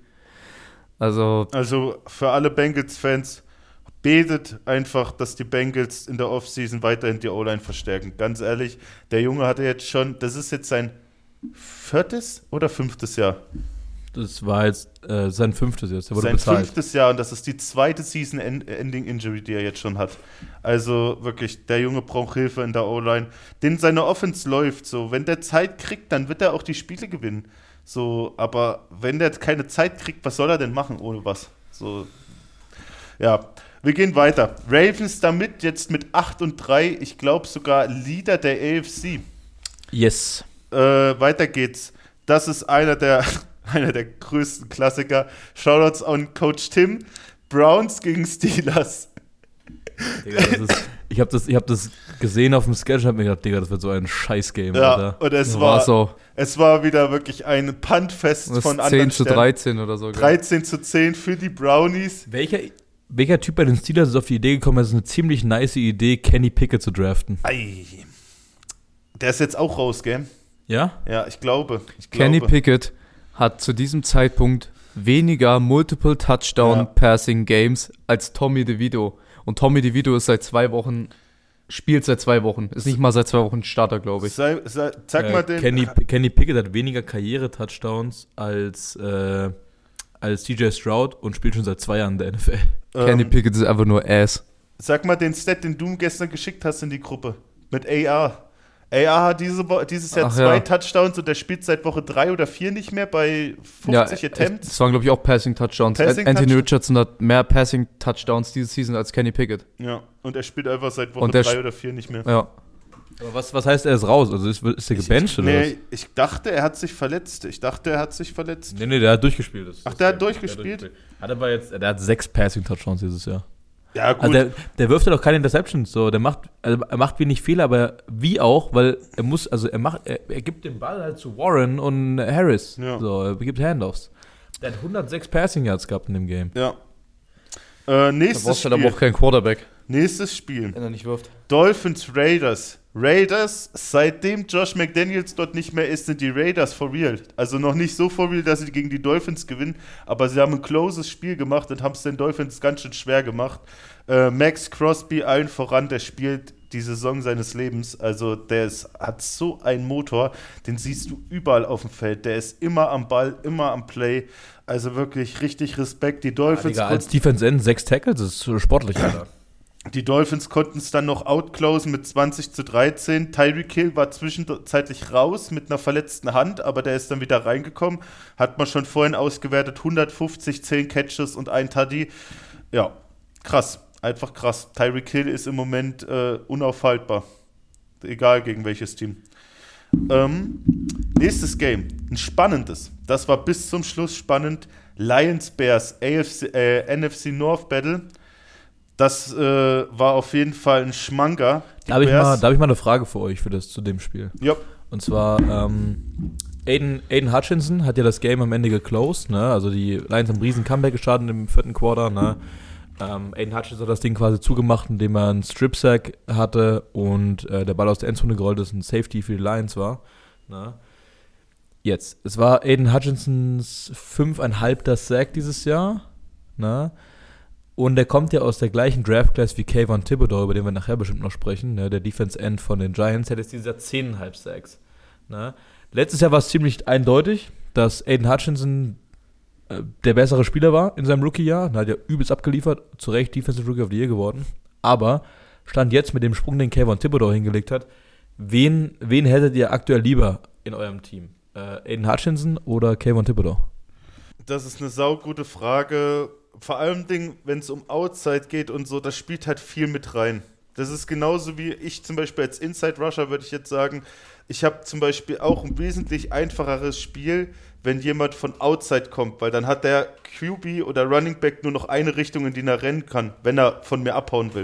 Also, Also für alle Bengals-Fans, betet einfach, dass die Bengals in der Offseason weiterhin die O-Line verstärken. Ganz ehrlich, der Junge hatte jetzt schon, das ist jetzt sein viertes oder fünftes Jahr? Das war jetzt äh, sein fünftes jetzt. Der wurde Sein bezahlt. fünftes Jahr und das ist die zweite Season-Ending-Injury, die er jetzt schon hat. Also wirklich, der Junge braucht Hilfe in der O-Line. Denn seine Offense läuft so. Wenn der Zeit kriegt, dann wird er auch die Spiele gewinnen. So, aber wenn der keine Zeit kriegt, was soll er denn machen ohne was? So, ja, wir gehen weiter. Ravens damit jetzt mit acht und drei, ich glaube sogar Leader der A F C. Yes. Äh, weiter geht's. Das ist einer der, einer der größten Klassiker. Shoutouts an Coach Tim. Browns gegen Steelers. Digga, das ist, ich habe das, ich hab das gesehen auf dem Sketch und habe mir gedacht, Digga, das wird so ein Scheiß-Game, Ja, Alter. und es war war, so. es war wieder wirklich ein Puntfest Das von ist anderen zehn zu Sternen. dreizehn oder so. gell? dreizehn zu zehn für die Brownies. Welcher, welcher Typ bei den Steelers ist auf die Idee gekommen, es ist eine ziemlich nice Idee, Kenny Pickett zu draften? Ei. Der ist jetzt auch raus, gell? Ja? Ja, ich glaube. Ich Kenny glaube. Pickett hat zu diesem Zeitpunkt weniger Multiple Touchdown Ja. Passing Games als Tommy DeVito. Und Tommy DeVito ist seit zwei Wochen, spielt seit zwei Wochen. Ist nicht mal seit zwei Wochen Starter, glaube ich. Sei, sei, sag Äh, mal den. Kenny, Kenny Pickett hat weniger Karriere-Touchdowns als, äh, als D J Stroud und spielt schon seit zwei Jahren in der N F L. ähm, Kenny Pickett ist einfach nur Ass. Sag mal den Stat, den du gestern geschickt hast in die Gruppe. Mit A R. A R hat diese Wo- dieses Jahr Ach, zwei ja. Touchdowns und der spielt seit Woche drei oder vier nicht mehr bei fünfzig ja, Attempts. Das waren, glaube ich, auch Passing Touchdowns. Passing Anthony Touchdown- Richardson hat mehr Passing Touchdowns diese Season als Kenny Pickett. Ja, und er spielt einfach seit Woche Und der drei sch- oder vier nicht mehr. Ja. Aber was, was heißt, er ist raus? Also ist, ist der gebencht oder Nee, ich dachte, er hat sich verletzt. Ich dachte, er hat sich verletzt. was? Nee, nee, der hat durchgespielt. Das, Ach, das der hat Game. durchgespielt? Der hat aber jetzt, der hat sechs Passing-Touchdowns dieses Jahr. Ja, gut. Also der, der wirft ja doch keine Interceptions, so, der macht, also er macht wenig Fehler, aber wie auch, weil er muss, also er macht, er, er gibt den Ball halt zu Warren und Harris, Ja. so, er gibt Handoffs. Der hat hundertsechs Passing Yards gehabt in dem Game. ja. Äh, Da nächstes brauchst du aber Spiel. auch keinen Quarterback, Nächstes Spiel. wenn er nicht wirft. Dolphins Raiders. Raiders, seitdem Josh McDaniels dort nicht mehr ist, sind die Raiders for real. Also noch nicht so for real, dass sie gegen die Dolphins gewinnen, aber sie haben ein closes Spiel gemacht und haben es den Dolphins ganz schön schwer gemacht. Äh, Max Crosby allen voran, der spielt die Saison seines Lebens. Also der ist, hat so einen Motor, den siehst du überall auf dem Feld. Der ist immer am Ball, immer am Play. Also wirklich richtig Respekt. Die Dolphins Digga, als Defense End sechs Tackles, das ist so sportlich, Alter. Die Dolphins konnten es dann noch outclosen mit zwanzig zu dreizehn. Tyreek Hill war zwischenzeitlich raus mit einer verletzten Hand, aber der ist dann wieder reingekommen. Hat man schon vorhin ausgewertet. hundertfünfzig, zehn Catches und ein Tuddy. Ja, krass. Einfach krass. Tyreek Hill ist im Moment äh, unaufhaltbar. Egal gegen welches Team. Ähm, nächstes Game. Ein spannendes. Das war bis zum Schluss spannend. Lions Bears, A F C, äh, N F C North Battle. Das äh, war auf jeden Fall ein Schmanker. Die Da habe ich, mal- Bears- da hab ich mal eine Frage für euch für das, zu dem Spiel. Ja, Und zwar, ähm, Aiden, Aiden Hutchinson hat ja das Game am Ende geclosed, ne? Also die Lions haben einen riesen Comeback gestartet im vierten Quarter, ne? Ähm, Aiden Hutchinson hat das Ding quasi zugemacht, indem er einen Strip-Sack hatte und äh, der Ball aus der Endzone gerollt ist, ein Safety für die Lions war. Ne? Jetzt, es war Aiden Hutchinsons fünfeinhalbter Sack dieses Jahr, ne? Und der kommt ja aus der gleichen Draft-Class wie Kayvon Thibodeau, über den wir nachher bestimmt noch sprechen, ne? Der Defense-End von den Giants, hat jetzt dieses Jahr zehneinhalb Sacks. Ne? Letztes Jahr war es ziemlich eindeutig, dass Aiden Hutchinson äh, der bessere Spieler war in seinem Rookie-Jahr. Er hat ja übelst abgeliefert, zu Recht Defensive Rookie of the Year geworden. Aber stand jetzt mit dem Sprung, den Kayvon Thibodeau hingelegt hat, wen, wen hättet ihr aktuell lieber in eurem Team? Äh, Aiden Hutchinson oder Kayvon Thibodeau? das ist eine saugute Frage. Vor allem, wenn es um Outside geht und so, das spielt halt viel mit rein. Das ist genauso wie ich zum Beispiel als Inside Rusher würde ich jetzt sagen, ich habe zum Beispiel auch ein wesentlich einfacheres Spiel, wenn jemand von Outside kommt, weil dann hat der Q B oder Running Back nur noch eine Richtung, in die er rennen kann, wenn er von mir abhauen will.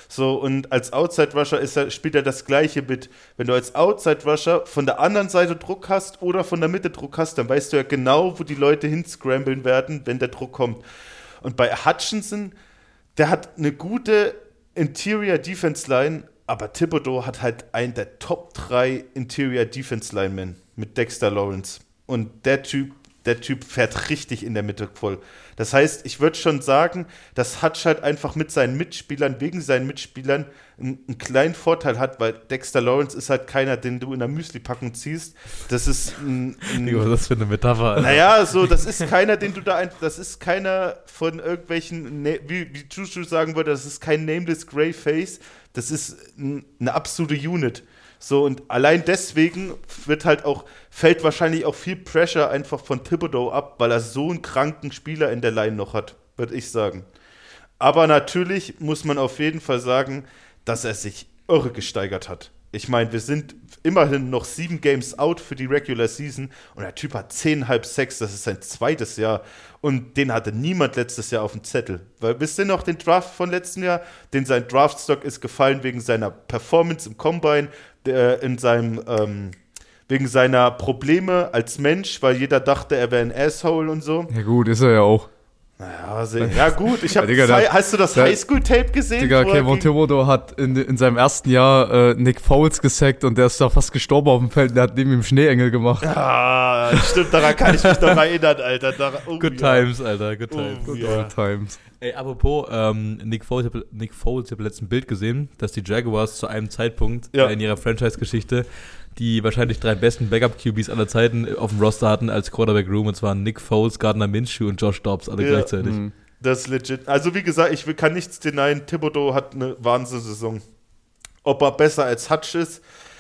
So, und als Outside-Rusher ist er, spielt er das Gleiche mit. Wenn du als Outside-Rusher von der anderen Seite Druck hast oder von der Mitte Druck hast, dann weißt du ja genau, wo die Leute hinscramblen werden, wenn der Druck kommt. Und bei Hutchinson, der hat eine gute Interior-Defense-Line, aber Thibodeau hat halt einen der Top drei Interior-Defense-Linemen mit Dexter Lawrence. Und der Typ, der Typ fährt richtig in der Mitte voll. Das heißt, ich würde schon sagen, dass Hutch halt einfach mit seinen Mitspielern, wegen seinen Mitspielern, einen, einen kleinen Vorteil hat, weil Dexter Lawrence ist halt keiner, den du in der Müsli-Packung ziehst. Das ist ein... ein Was ist das für eine Metapher? Alter? Naja, so, das ist keiner, den du da... Ein, das ist keiner von irgendwelchen, wie, wie Juju sagen würde, das ist kein nameless Grey Face. Das ist ein, eine absolute Unit. So, und allein deswegen wird halt auch, fällt wahrscheinlich auch viel Pressure einfach von Thibodeau ab, weil er so einen kranken Spieler in der Line noch hat, würde ich sagen. Aber natürlich muss man auf jeden Fall sagen, dass er sich irre gesteigert hat. Ich meine, wir sind immerhin noch sieben Games out für die Regular Season und der Typ hat zehn Komma fünf Sacks, das ist sein zweites Jahr und den hatte niemand letztes Jahr auf dem Zettel. Weil wisst ihr noch den Draft von letztem Jahr? Den sein Draftstock ist gefallen wegen seiner Performance im Combine, der in seinem, ähm, wegen seiner Probleme als Mensch, weil jeder dachte, er wäre ein Asshole und so. Ja gut, ist er ja auch. Naja, also, ja gut, ich habe Ja, Digga, der- hast du das der- Highschool-Tape gesehen? Digga, wo er Kevin gegen- Thibodeau hat in, in seinem ersten Jahr äh, Nick Foles gesackt und der ist da fast gestorben auf dem Feld. Der hat neben ihm Schneeengel gemacht. Ah, stimmt, daran kann ich mich noch erinnern, Alter. Daran, oh, Good ja. times, Alter, good times. Oh, Good ja. old times. Ey, apropos, ähm, Nick Foles, ich hab- Nick Foles, ich habe letztens ein Bild gesehen, dass die Jaguars zu einem Zeitpunkt Ja. äh, in ihrer Franchise-Geschichte die wahrscheinlich drei besten Backup-Q Bs aller Zeiten auf dem Roster hatten als Quarterback-Room, und zwar Nick Foles, Gardner Minshew und Josh Dobbs, alle Ja. gleichzeitig. Mhm. Das ist legit. Also wie gesagt, ich will- kann nichts denyen. Thibodeau hat eine Wahnsinnssaison. Ob er besser als Hutch ist?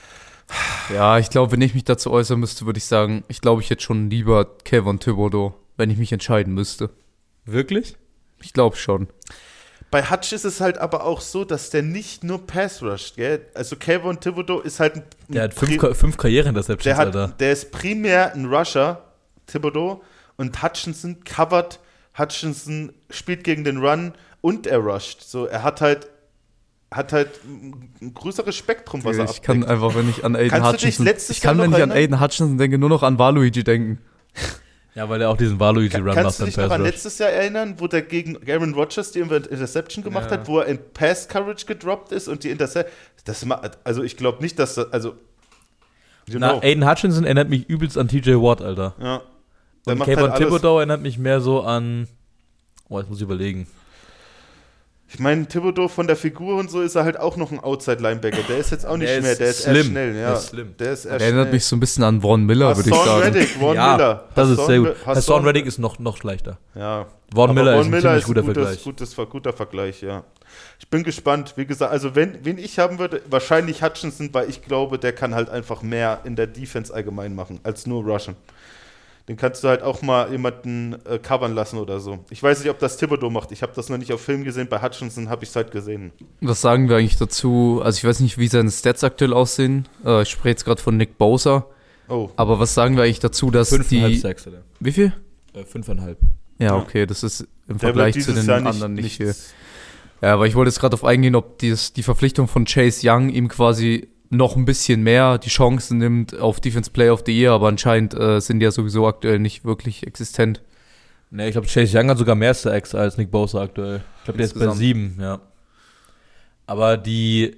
Ja, ich glaube, wenn ich mich dazu äußern müsste, würde ich sagen, ich glaube, ich hätte schon lieber Kevin Thibodeau, wenn ich mich entscheiden müsste. Wirklich? Ich glaube schon. Bei Hutch ist es halt aber auch so, dass der nicht nur Pass rusht, gell? Also Kevin Thibodeau ist halt ein, Der hat fünf, Pri- Ka- fünf Karrieren-Interceptions, der, Alter. hat, der ist primär ein Rusher, Thibodeau, und Hutchinson covert, Hutchinson spielt gegen den Run und er rusht. So, er hat halt hat halt ein ein größeres Spektrum, was er Ich kann abdeckt. einfach, wenn ich an Aiden Kannst du dich Hutchinson, letztes ich kann, Jahr wenn noch ich an erinnern? Aiden Hutchinson denke, nur noch an Waluigi denken. Ja, weil er auch diesen Waluigi-Run macht Kannst du beim dich noch an Pass-Rush. letztes Jahr erinnern, wo der gegen Aaron Rodgers die Interception gemacht Ja. hat, wo er in Pass-Coverage gedroppt ist und die Interception. Das ma- also ich glaube nicht, dass das, also you Na, know. Aiden Hutchinson erinnert mich übelst an T J Watt, Alter. Ja. Der Und macht Kevin halt alles. Thibodeau erinnert mich mehr so an... Oh, jetzt muss ich überlegen. Ich meine, Thibodeau von der Figur und so ist er halt auch noch ein Outside-Linebacker. Der ist jetzt auch nicht Der mehr, ist der ist slim. eher schnell. Ja. Der ist slim. Der ist eher Der erinnert schnell. mich so ein bisschen an Von Miller, würde ich Hassan sagen. Reddick, Von ja, Miller. das ist Hassan sehr gut. Re- Hassan Hassan- Reddick ist noch, noch schlechter. Ja. Von Aber Miller Von ist ein Miller ziemlich ist guter ein gutes, Vergleich. gutes, guter Vergleich, ja. Ich bin gespannt. Wie gesagt, also wenn, wen ich haben würde, wahrscheinlich Hutchinson, weil ich glaube, der kann halt einfach mehr in der Defense allgemein machen, als nur rushen. Den kannst du halt auch mal jemanden äh, covern lassen oder so. Ich weiß nicht, ob das Thibodeau macht. Ich habe das noch nicht auf Film gesehen. Bei Hutchinson habe ich es halt gesehen. Was sagen wir eigentlich dazu? Also ich weiß nicht, wie seine Stats aktuell aussehen. Äh, ich spreche jetzt gerade von Nick Bosa. Oh, Aber was sagen wir eigentlich dazu, dass Fünfeinhalb die... Sacks, Alter. Wie viel? Äh, fünfeinhalb. Ja, Ja. okay, das ist im der Vergleich wird zu dieses den Jahr nicht, anderen nicht viel. nichts. Ja, aber ich wollte jetzt gerade darauf eingehen, ob dies, die Verpflichtung von Chase Young ihm quasi noch ein bisschen mehr die Chancen nimmt auf Defense Player of the Year, aber anscheinend äh, sind die ja sowieso aktuell nicht wirklich existent. Ne, ich glaube, Chase Young hat sogar mehr Sacks als Nick Bosa aktuell. Ich glaube, der ist bei Insgesamt. sieben, ja. Aber die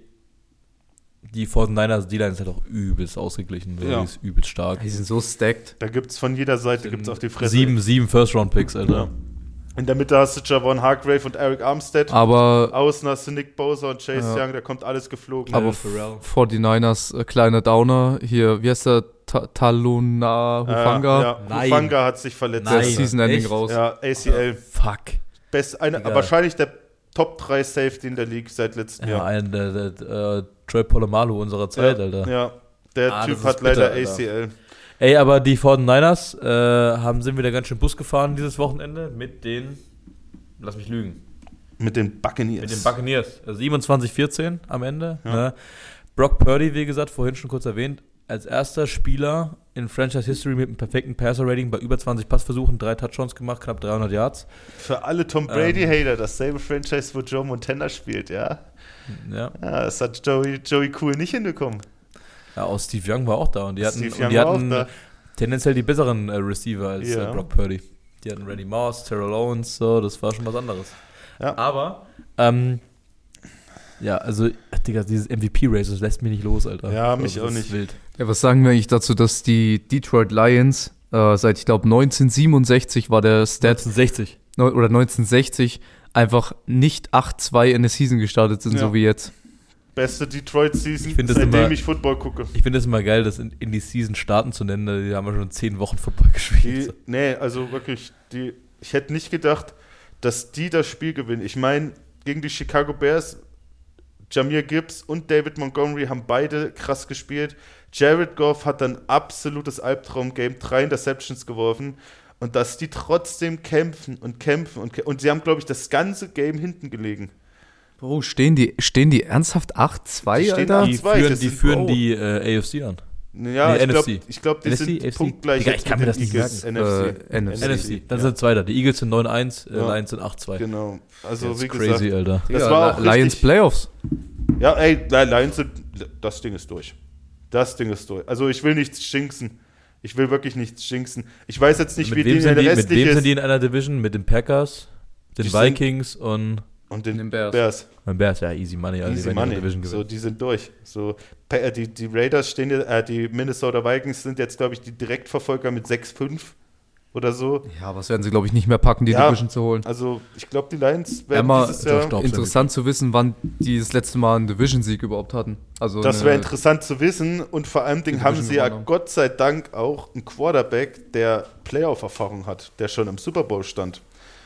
die forty-niners D-Line ist halt auch übelst ausgeglichen. So. Ja. Die ist übelst stark. Die sind so stacked. Da gibt es von jeder Seite gibt's auf die Fresse. Sieben, sieben First-Round-Picks, Alter. Ja. In der Mitte hast du Javon Hargrave und Eric Armstead. Aber, Außen hast du Nick Bosa und Chase Ja. Young. Da kommt alles geflogen. aber Pharrell. forty-niners, äh, kleiner Downer. Hier, wie heißt der? Ta Taluna Hufanga. Äh, ja, Nein. Hufanga hat sich verletzt. Der Nein. ist Season-Ending Echt? raus. Ja, A C L. Fuck. Best, eine, Digga. wahrscheinlich der Top drei Safety in der League seit letztem Ja, Jahr. ein der, der, äh, Troy Polamalu unserer Zeit, ja, Alter. Ja, der Ah, Typ das hat ist leider bitter, A C L. Ey, aber die forty-niners äh, haben, sind wieder ganz schön Bus gefahren dieses Wochenende mit den, lass mich lügen, Mit den Buccaneers. mit den Buccaneers. Also siebenundzwanzig vierzehn am Ende. Ja. Ne? Brock Purdy, wie gesagt, vorhin schon kurz erwähnt, als erster Spieler in Franchise History mit einem perfekten Passer-Rating bei über zwanzig Passversuchen, drei Touchdowns gemacht, knapp dreihundert Yards. Für alle Tom Brady-Hater, ähm, dasselbe Franchise, wo Joe Montana spielt, ja. Ja. Ja, das hat Joey, Joey Cool nicht hinbekommen. Ja, auch Steve Young war auch da und die hatten, Steve und Young die war hatten auch da. tendenziell die besseren äh, Receiver als Ja. äh, Brock Purdy. Die hatten Randy Moss, Terrell Owens, so, das war schon was anderes. Ja. Aber, ähm, ja, also, Digga, dieses M V P-Race, das lässt mich nicht los, Alter. Ja, mich also, auch das nicht. ist wild. Ja, was sagen wir eigentlich dazu, dass die Detroit Lions äh, seit, ich glaube, neunzehnhundertsiebenundsechzig war der Stat, neunzehnhundertsechzig. neu- oder neunzehnhundertsechzig, einfach nicht acht zwei in der Season gestartet sind, Ja. so wie jetzt. Beste Detroit-Season, Ich find das seitdem immer- ich Football gucke. Ich finde es immer geil, das in, in die Season starten zu nennen. Die haben ja schon zehn Wochen Football gespielt. Die, nee, also wirklich, die, ich hätte nicht gedacht, dass die das Spiel gewinnen. Ich meine, gegen die Chicago Bears, Jahmyr Gibbs und David Montgomery haben beide krass gespielt. Jared Goff hat dann absolutes Albtraum-Game, drei Interceptions geworfen. Und dass die trotzdem kämpfen und kämpfen und kämpfen. Und sie haben, glaube ich, das ganze Game hinten gelegen. Bro, stehen die, stehen die ernsthaft acht zwei, Die stehen Alter? Die zwei, führen, das die, sind- führen oh. die äh, A F C an. Ja, Nee, ich glaube, N F C. ich glaub, die N F C, sind A F C? punktgleich Digga, jetzt ich kann mit mir den das nicht Eagles. merken. N F C. Äh, N F C. N F C, dann ja. sind zwei da. Die Eagles sind neun eins, äh, Ja. Lions sind acht zwei. Genau. Also, Das wie ist crazy, gesagt, Alter. das Ja, war auch Lions richtig, Playoffs. Ja, ey, Lions sind, das Ding ist durch. Das Ding ist durch. Also ich will nichts jinxen. Ich will wirklich nichts jinxen. Ich weiß jetzt nicht, Mit wie wem, die sind der die, mit restliche wem sind ist. die in einer Division? Mit den Packers, den Die sind- Vikings und Und den, Den Bears. Bears. den Bears. Ja, easy money. Also die Easy werden ihre Money. Division So, gewinnen. die sind durch. So, Pa- äh, die, die Raiders stehen, ja- äh, die Minnesota Vikings sind jetzt, glaube ich, die Direktverfolger mit sechs fünf oder so. Ja, was werden sie, glaube ich, nicht mehr packen, die Ja. Division zu holen. Also ich glaube, die Lions Ja, werden mal dieses Josh Jahr... Dobbs. Interessant zu wissen, wann die das letzte Mal einen Division-Sieg überhaupt hatten. Also Das eine- wäre interessant zu wissen und vor allem Dingen Die haben Division sie ja gewonnen haben. Gott sei Dank auch einen Quarterback, der Playoff-Erfahrung hat, der schon im Super Bowl stand.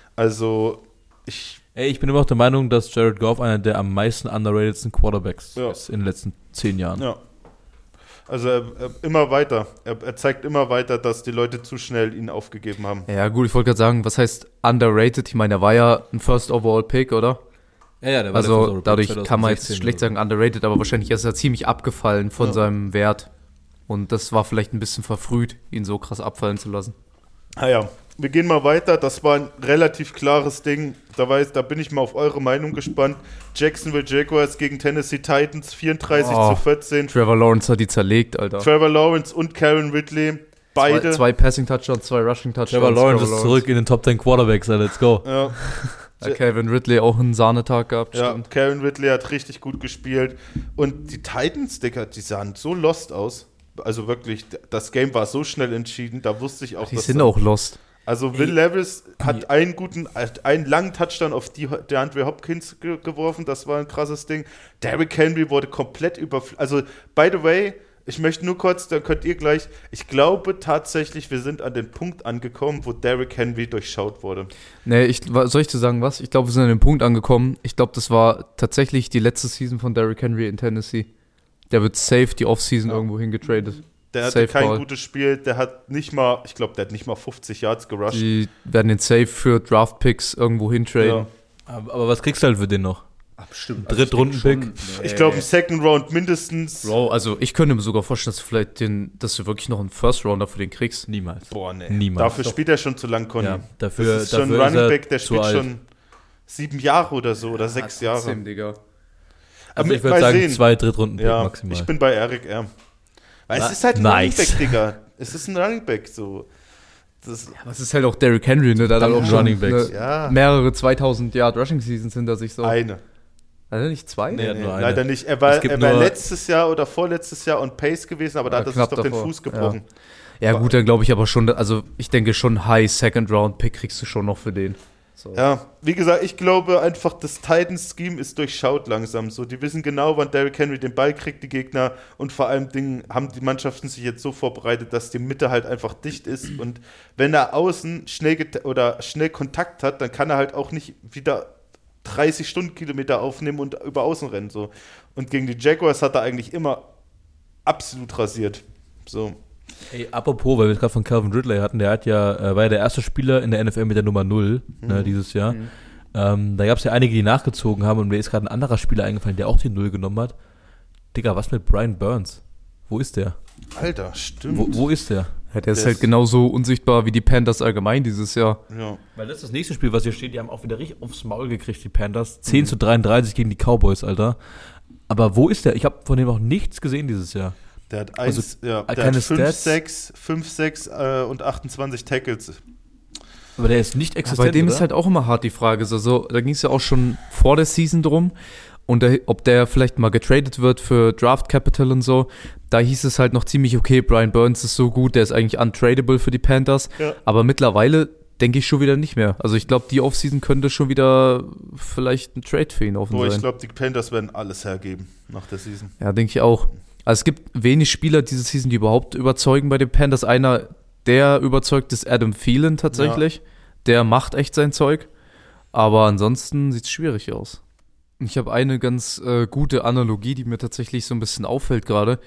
Also ich, Ey, ich bin immer noch der Meinung, dass Jared Goff einer der am meisten underratedsten Quarterbacks Ja. ist in den letzten zehn Jahren. ja, also er, er, immer weiter, er, er zeigt immer weiter, dass die Leute zu schnell ihn aufgegeben haben. Ja, gut, ich wollte gerade sagen, was heißt underrated? Ich meine, er war ja ein First Overall Pick, oder? Ja, ja, der Also dadurch kann man jetzt schlecht sagen underrated, aber wahrscheinlich ist er ziemlich abgefallen von Ja. seinem Wert. Und das war vielleicht ein bisschen verfrüht, ihn so krass abfallen zu lassen. Naja, wir gehen mal weiter. Das war ein relativ klares Ding. Da, weiß, da bin ich mal auf eure Meinung gespannt. Jacksonville Jaguars gegen Tennessee Titans, vierunddreißig Oh. zu vierzehn. Trevor Lawrence hat die zerlegt, Alter. Trevor Lawrence und Karen Ridley, beide. Zwei, zwei Passing-Touchdowns, zwei Rushing-Touchdowns. Trevor Lawrence ist zurück in den Top zehn Quarterbacks. Ja, let's go. Ja, Ja, Calvin Ridley auch einen Sahnetag gehabt, ja, stimmt. Karen Ridley hat richtig gut gespielt. Und die Titans, Digga, die sahen so lost aus. Also wirklich, das Game war so schnell entschieden. Da wusste ich auch, Die dass sind da- auch lost. Also Will Levis hat einen guten, hat einen langen Touchdown auf die der Andre Hopkins ge geworfen, das war ein krasses Ding. Derrick Henry wurde komplett überflüssig. Also, by the way, ich möchte nur kurz, dann könnt ihr gleich, ich glaube tatsächlich, wir sind an den Punkt angekommen, wo Derrick Henry durchschaut wurde. Nee, ich, wa- soll ich dir sagen, was? Ich glaube, wir sind an dem Punkt angekommen. Ich glaube, das war tatsächlich die letzte Season von Derrick Henry in Tennessee. Der wird safe die Offseason Ja. irgendwo hingetradet. Der hatte Safe kein Call. gutes Spiel, der hat nicht mal, ich glaube, der hat nicht mal fünfzig Yards gerusht. Die werden den safe für Draft-Picks irgendwo hintraden. Ja. Aber, aber was kriegst du halt für den noch? Bestimmt. Drittrunden-Pick? Ich glaube, im Second Round mindestens. Bro, also ich könnte mir sogar vorstellen, dass du vielleicht den, dass du wirklich noch einen First-Rounder für den kriegst. Niemals. Boah, nee. Niemals. Dafür spielt er schon zu lang, Conny. Ja, dafür, das ist schon ein dafür Running ist er Back, der zu spielt alt. schon sieben Jahre oder so oder sechs Jahre. Trotzdem, Digga. Also Aber ich würde mal sagen, sehen. zwei Drittrunden-Pick Ja, maximal. ich bin bei Eric R. Weil Na, es ist halt ein nice. Running Back, Digga. Es ist ein Running Back, so. Das, Aber es ist halt auch Derrick Henry, ne? Der hat Dann auch schon Running Backs. ne, ja, mehrere zweitausend Yard Rushing Seasons hinter sich so. eine. Also nicht zwei? Nee, Nee, hat nee, nur eine. leider nicht. Er war, Es gibt er war nur- letztes Jahr oder vorletztes Jahr on Pace gewesen, aber da Ja, hat er sich knapp doch den davor. Fuß gebrochen. Ja gut, dann glaube ich aber schon, also ich denke schon High Second Round Pick kriegst du schon noch für den. So. Ja, wie gesagt, ich glaube einfach, das Titans-Scheme ist durchschaut langsam. So, die wissen genau, wann Derrick Henry den Ball kriegt, die Gegner. Und vor allem Dingen haben die Mannschaften sich jetzt so vorbereitet, dass die Mitte halt einfach dicht ist. Und wenn er außen schnell get- oder schnell Kontakt hat, dann kann er halt auch nicht wieder dreißig Stundenkilometer aufnehmen und über außen rennen. So. Und gegen die Jaguars hat er eigentlich immer absolut rasiert. So. Ey, apropos, weil wir es gerade von Calvin Ridley hatten, der hat ja, äh, war ja der erste Spieler in der N F L mit der Nummer null ne, dieses Jahr. Mhm. Ähm, da gab es ja einige, die nachgezogen haben und mir ist gerade ein anderer Spieler eingefallen, der auch die null genommen hat. Digga, was mit Brian Burns? Wo ist der? Alter, stimmt. Wo, wo ist der? Ja, der ist Der halt ist- genauso unsichtbar wie die Panthers allgemein dieses Jahr. Ja. Weil das ist das nächste Spiel, was hier steht. Die haben auch wieder richtig aufs Maul gekriegt, die Panthers. zehn zu dreiunddreißig gegen die Cowboys, Alter. Aber wo ist der? Ich habe von dem noch nichts gesehen dieses Jahr. Der hat eins, Also, ja, der keine hat fünf, Stats? sechs, fünf, sechs äh, und achtundzwanzig Tackles. Aber der ist nicht Ja, existent, bei dem oder? ist halt auch immer hart die Frage. So, so, da ging es ja auch schon vor der Season drum. Und der, ob der vielleicht mal getradet wird für Draft Capital und so. Da hieß es halt noch ziemlich, okay, Brian Burns ist so gut, der ist eigentlich untradable für die Panthers. Ja. Aber mittlerweile denke ich schon wieder nicht mehr. Also ich glaube, die Offseason könnte schon wieder vielleicht ein Trade für ihn offen Boah, ich sein. glaube, die Panthers werden alles hergeben nach der Season. Ja, denke ich auch. Also es gibt wenig Spieler diese Season, die überhaupt überzeugen bei den Panthers. Einer, der überzeugt, ist Adam Thielen tatsächlich. Der macht echt sein Zeug. Aber ansonsten sieht es schwierig aus. Ich habe eine ganz äh, gute Analogie, die mir tatsächlich so ein bisschen auffällt gerade.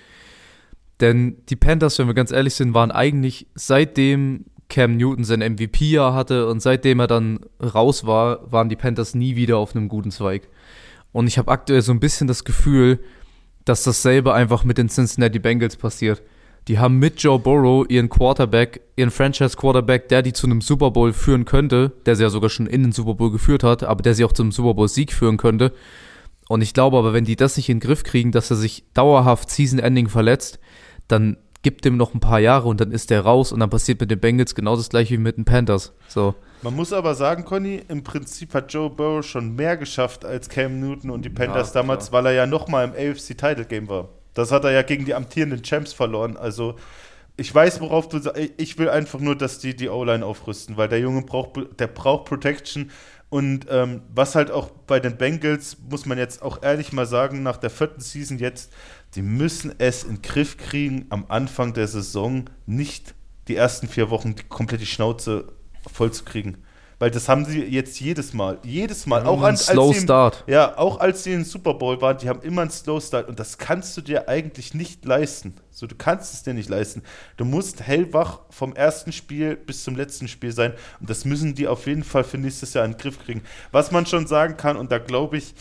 Denn die Panthers, wenn wir ganz ehrlich sind, waren eigentlich seitdem Cam Newton sein M V P-Jahr hatte und seitdem er dann raus war, waren die Panthers nie wieder auf einem guten Zweig. Und ich habe aktuell so ein bisschen das Gefühl, dass dasselbe einfach mit den Cincinnati Bengals passiert. Die haben mit Joe Burrow ihren Quarterback, ihren Franchise-Quarterback, der die zu einem Super Bowl führen könnte, der sie ja sogar schon in den Super Bowl geführt hat, aber der sie auch zum Super Bowl-Sieg führen könnte. Und ich glaube aber, wenn die das nicht in den Griff kriegen, dass er sich dauerhaft Season-Ending verletzt, dann gibt dem noch ein paar Jahre und dann ist der raus und dann passiert mit den Bengals genau das gleiche wie mit den Panthers. So. Man muss aber sagen, Conny, im Prinzip hat Joe Burrow schon mehr geschafft als Cam Newton und die Panthers Ja, damals, klar. weil er ja nochmal im A F C-Title-Game war. Das hat er ja gegen die amtierenden Champs verloren. Also ich weiß, worauf du sagst. Ich will einfach nur, dass die die O-Line aufrüsten, weil der Junge braucht, der braucht Protection. Und ähm, was halt auch bei den Bengals, muss man jetzt auch ehrlich mal sagen, nach der vierten Season jetzt, die müssen es in den Griff kriegen, am Anfang der Saison nicht die ersten vier Wochen die komplett die Schnauze voll zu kriegen. Weil das haben sie jetzt jedes Mal. Jedes Mal. Auch Ein an, als Slow sie im, Start. Ja, auch als sie im Super Bowl waren, die haben immer einen Slow Start. Und das kannst du dir eigentlich nicht leisten. So, du kannst es dir nicht leisten. Du musst hellwach vom ersten Spiel bis zum letzten Spiel sein. Und das müssen die auf jeden Fall für nächstes Jahr in den Griff kriegen. Was man schon sagen kann, und da glaube ich,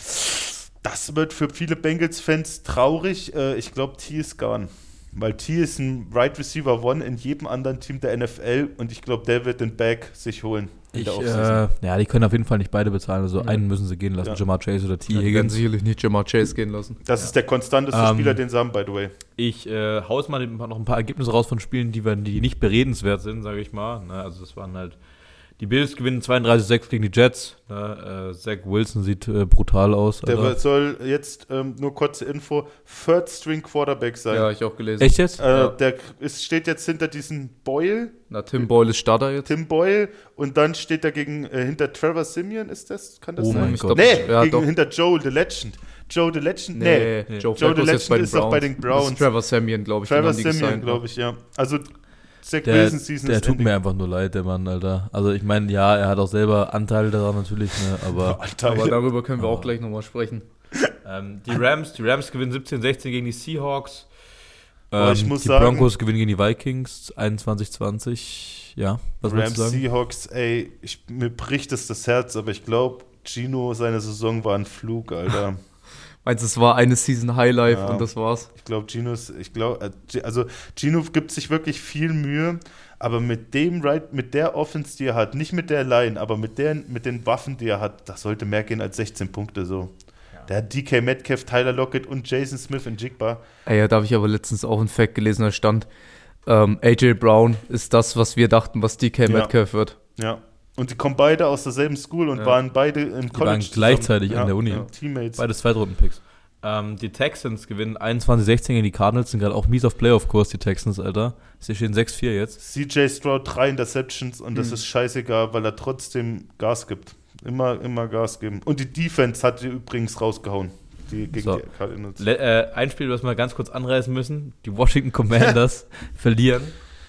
das wird für viele Bengals-Fans traurig. Äh, ich glaube, T ist gone. Weil T ist ein Right Receiver One in jedem anderen Team der N F L und ich glaube, der wird den Bag sich holen. in Ich, der Offseason. äh, ja, die können auf jeden Fall nicht beide bezahlen. Also Ja. einen müssen sie gehen lassen, Ja. Jamar Chase oder T. Ja, die werden Higgins. sicherlich nicht Jamar Chase gehen lassen. Das ist der konstanteste Ähm, Spieler, den sie haben, by the way. Ich äh, hau jetzt mal noch ein paar Ergebnisse raus von Spielen, die, wir, die nicht beredenswert sind, sage ich mal. Ne, also das waren halt, die Bills gewinnen zweiunddreißig sechs gegen die Jets. Ne, äh, Zach Wilson sieht äh, brutal aus. Der Alter. wird- soll jetzt, ähm, nur kurze Info, Third String Quarterback sein. Ja, ich auch gelesen. Echt jetzt? Äh, Ja. Der ist, steht jetzt hinter diesem Boyle, Na, Tim Boyle ist Starter jetzt. Tim Boyle, und dann steht er gegen, äh, hinter Trevor Simeon, ist das? Kann das Oh sein? mein Ich Gott. glaub, Nee, ja, gegen, doch. hinter Joe the Legend. Joe the Legend? Nee. nee. Joe, Joe Flacco the ist jetzt bei Legend den ist auch bei den Browns. Das Browns. ist Trevor Simeon, glaube ich. den Trevor haben die Simeon, gesigned, glaube ich, ja. Also Zach Der, Wilson Season der ist tut ending. mir einfach nur leid, der Mann, Alter. Also ich meine, ja, er hat auch selber Anteile daran natürlich, ne, aber Alter, Aber darüber können wir auch gleich nochmal sprechen. ähm, die Rams, die Rams gewinnen siebzehn sechzehn gegen die Seahawks. Aber Ähm, ich muss die sagen- Broncos gewinnen gegen die Vikings einundzwanzig zwanzig. Ja, was Rams willst du sagen? Seahawks, ey, ich, mir bricht es das Herz, aber ich glaube, Gino, seine Saison war ein Flug, Alter. Meinst du, es war eine Season Highlife Ja. und das war's? Ich glaube, Ginos, ich glaube, also Gino gibt sich wirklich viel Mühe, aber mit dem Right, mit der Offense, die er hat, nicht mit der Line, aber mit, der, mit den Waffen, die er hat, das sollte mehr gehen als sechzehn Punkte so. Der hat D K Metcalf, Tyler Lockett und Jason Smith in Jigba. Ey, ja, da habe ich aber letztens auch einen Fact gelesen, da stand, ähm, A J Brown ist das, was wir dachten, was D K Ja. Metcalf wird. Ja. Und die kommen beide aus derselben School und Ja. waren beide im College waren zusammen. gleichzeitig an der Uni. Ja, Teammates. Beides Zweitrunden-Picks. Ähm, die Texans gewinnen einundzwanzig sechzehn gegen die Cardinals, sind gerade auch mies auf Playoff-Kurs, die Texans, Alter. Sie stehen sechs vier jetzt. C J Stroud, drei Interceptions und das Mhm. ist scheißegal, weil er trotzdem Gas gibt. Immer, immer Gas geben. Und die Defense hat die übrigens rausgehauen. Die gegen So. die Cardinals. Le äh, ein Spiel, was wir ganz kurz anreißen müssen. Die Washington Commanders verlieren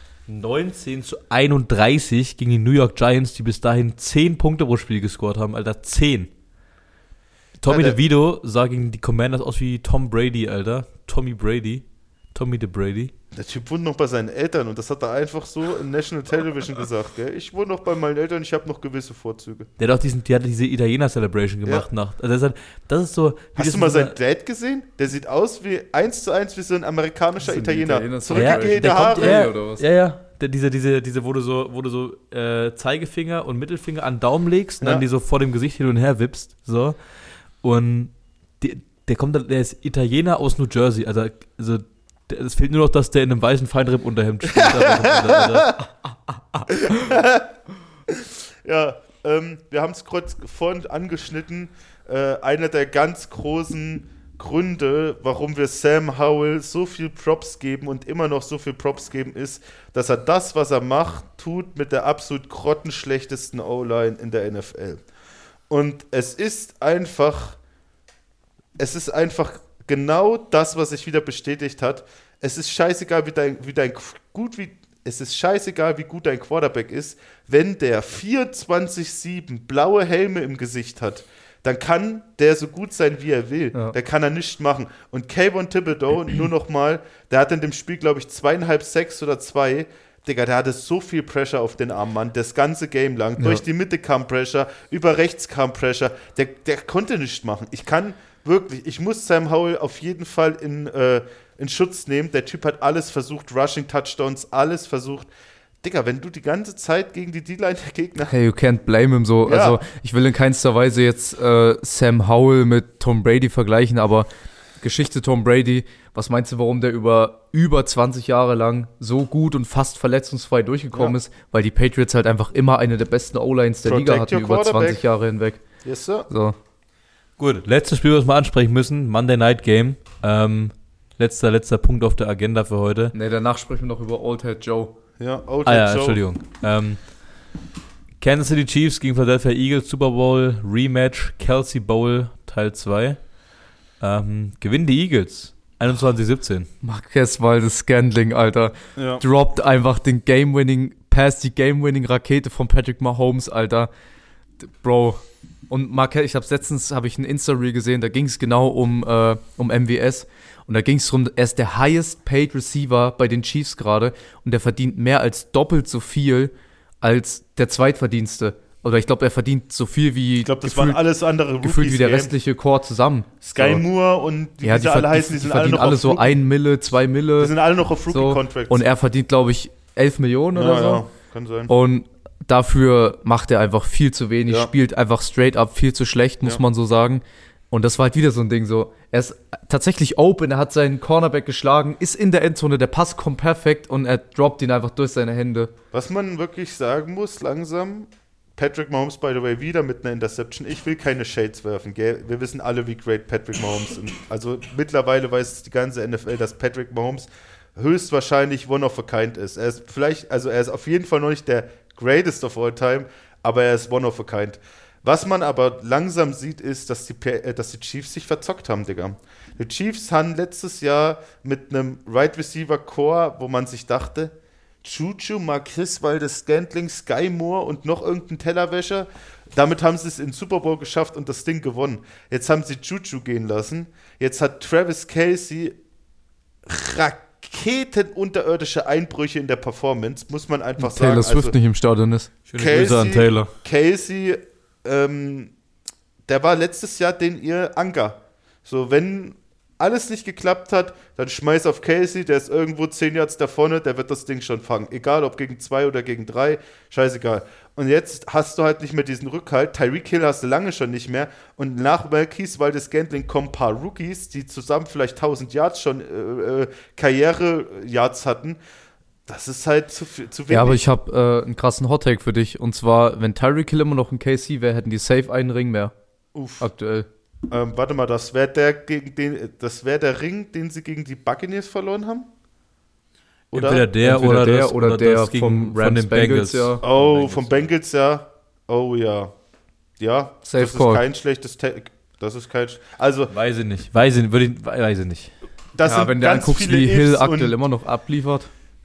neunzehn zu einunddreißig gegen die New York Giants, die bis dahin zehn Punkte pro Spiel gescored haben, Alter. zehn. Tommy Ja, der- DeVito sah gegen die Commanders aus wie Tom Brady, Alter. Tommy Brady. Tommy the Brady. Der Typ wohnt noch bei seinen Eltern und das hat er einfach so in National Television gesagt, gell? Ich wohne noch bei meinen Eltern, ich habe noch gewisse Vorzüge. Der hat auch diesen, die hat diese Italiener-Celebration gemacht. Ja. Nach, also das, ist halt, das ist so... wie Hast das du mal so- seinen Dad gesehen? Der sieht aus wie eins zu eins wie so ein amerikanischer Das sind die Italiener. Italiener- Ja, Zurückgegelte der kommt, Haare. ja, oder was? ja, ja. Der, diese, diese, diese, wo du so, wo du so äh, Zeigefinger und Mittelfinger an den Daumen legst und Ja. dann die so vor dem Gesicht hin und her wippst. So. Und die, der kommt, dann- der ist Italiener aus New Jersey. Also, also der- es fehlt nur noch, dass der in einem weißen Feinripp-Unterhemd steht. Also, Ja, ähm, wir haben es kurz vorhin angeschnitten. Äh, einer der ganz großen Gründe, warum wir Sam Howell so viel Props geben und immer noch so viel Props geben, ist, dass er das, was er macht, tut mit der absolut grottenschlechtesten O-Line in der N F L. Und es ist einfach, es ist einfach genau das, was sich wieder bestätigt hat. Es ist scheißegal, wie dein, wie dein gut wie es ist scheißegal, wie gut dein Quarterback ist, wenn der vierundzwanzig sieben blaue Helme im Gesicht hat, dann kann der so gut sein, wie er will. Ja. Der kann er nicht machen. Und Kayvon Thibodeau, nur noch mal, der hat in dem Spiel, glaube ich, zweieinhalb Sacks oder zwei. Digga, der hatte so viel Pressure auf den armen Mann, das ganze Game lang. Ja. Durch die Mitte kam Pressure, über rechts kam Pressure. Der, der konnte nichts machen. Ich kann wirklich, ich muss Sam Howell auf jeden Fall in, äh, in Schutz nehmen. Der Typ hat alles versucht, Rushing Touchdowns, alles versucht. Digga, wenn du die ganze Zeit gegen die D-Line der Gegner... Hey, you can't blame him so. Ja. Also, ich will in keinster Weise jetzt äh, Sam Howell mit Tom Brady vergleichen, aber Geschichte Tom Brady, was meinst du, warum der über über zwanzig Jahre lang so gut und fast verletzungsfrei durchgekommen Ja. ist? Weil die Patriots halt einfach immer eine der besten O-Lines der Protect Liga hatten your über quarterback. zwanzig Jahre hinweg. Yes, sir. So. gut, letztes Spiel, was wir ansprechen müssen. Monday Night Game. Ähm, letzter, letzter Punkt auf der Agenda für heute. Ne, danach sprechen wir noch über Old Head Joe. Ja, Old Ah ja, Head Joe. Entschuldigung. Ähm, Kansas City Chiefs gegen Philadelphia Eagles, Super Bowl, Rematch, Kelsey Bowl, Teil zwei. Ähm, gewinnen die Eagles, einundzwanzig siebzehn. Marquez Valdes-Scantling, Alter. Ja. Droppt einfach den Game-Winning Pass, die Game-Winning-Rakete von Patrick Mahomes, Alter. D- Bro. Und Marquez, ich hab's letztens, habe ich ein Insta-Reel gesehen, da ging es genau um, äh, um M V S. Und da ging es darum, er ist der highest paid Receiver bei den Chiefs gerade. Und der verdient mehr als doppelt so viel als der Zweitverdienste. Oder ich glaube, er verdient so viel wie Ich glaube, das gefühlt, waren alles andere Rookies. gefühlt wie der gell? restliche Core zusammen. Sky So. Moore und die, Ja, die, die, alle verd- heißen, die, die die sind alle verdienen noch alle auf so Rookie- ein Mille, zwei Die Mille. sind alle noch auf So. Rookie-Contracts. Und er verdient, glaube ich, elf Millionen oder ja, so. ja, kann sein. Und dafür macht er einfach viel zu wenig, Ja. spielt einfach straight up viel zu schlecht, muss Ja. man so sagen. Und das war halt wieder so ein Ding so. Er ist tatsächlich open, er hat seinen Cornerback geschlagen, ist in der Endzone, der Pass kommt perfekt und er droppt ihn einfach durch seine Hände. Was man wirklich sagen muss, langsam, Patrick Mahomes, by the way, wieder mit einer Interception. Ich will keine Shades werfen, gell? Wir wissen alle, wie great Patrick Mahomes ist. Also mittlerweile weiß die ganze N F L, dass Patrick Mahomes höchstwahrscheinlich one of a kind ist. Er ist vielleicht, also er ist auf jeden Fall noch nicht der greatest of all time, aber er ist one of a kind. Was man aber langsam sieht, ist, dass die, äh, dass die Chiefs sich verzockt haben, Digga. Die Chiefs haben letztes Jahr mit einem Right Receiver Core, wo man sich dachte, Juju, Marquez Valdes-Scantling, Sky Moore und noch irgendein Tellerwäscher. Damit haben sie es in den Super Bowl geschafft und das Ding gewonnen. Jetzt haben sie Juju gehen lassen. Jetzt hat Travis Kelce raketenunterirdische Einbrüche in der Performance, muss man einfach Taylor sagen. Swift Also, nicht im Stadion ist. Schöne Grüße an Taylor. Casey, ähm, der war letztes Jahr den ihr Anker. So, wenn alles nicht geklappt hat, dann schmeiß auf Casey, der ist irgendwo zehn Yards da vorne, der wird das Ding schon fangen. Egal, ob gegen zwei oder gegen drei, scheißegal. Und jetzt hast du halt nicht mehr diesen Rückhalt. Tyreek Hill hast du lange schon nicht mehr. Und nach Marquez Valdes-Scantling kommen ein paar Rookies, die zusammen vielleicht tausend Yards schon äh, äh, Karriere-Yards hatten. Das ist halt zu, viel, zu wenig. Ja, aber ich habe äh, einen krassen Hottake für dich. Und zwar, wenn Tyreek Hill immer noch ein K C wäre, hätten die safe einen Ring mehr. Uff. Aktuell. Ähm, warte mal, das wäre der gegen den, das wäre der Ring, den sie gegen die Buccaneers verloren haben? Oder? Entweder der Entweder oder der das, oder oder der das gegen, vom von Rams den Bengals, Bengals. ja. Oh, Bengals. vom Bengals, ja. Oh ja. Ja, Safe das call. ist kein schlechtes Take. Das ist kein. Also, Weiß ich nicht. Weiß ich, würde ich, weiß ich nicht. das Ja, sind wenn du ganz anguckst, viele wie Hill Ifs aktuell und, immer noch abliefert.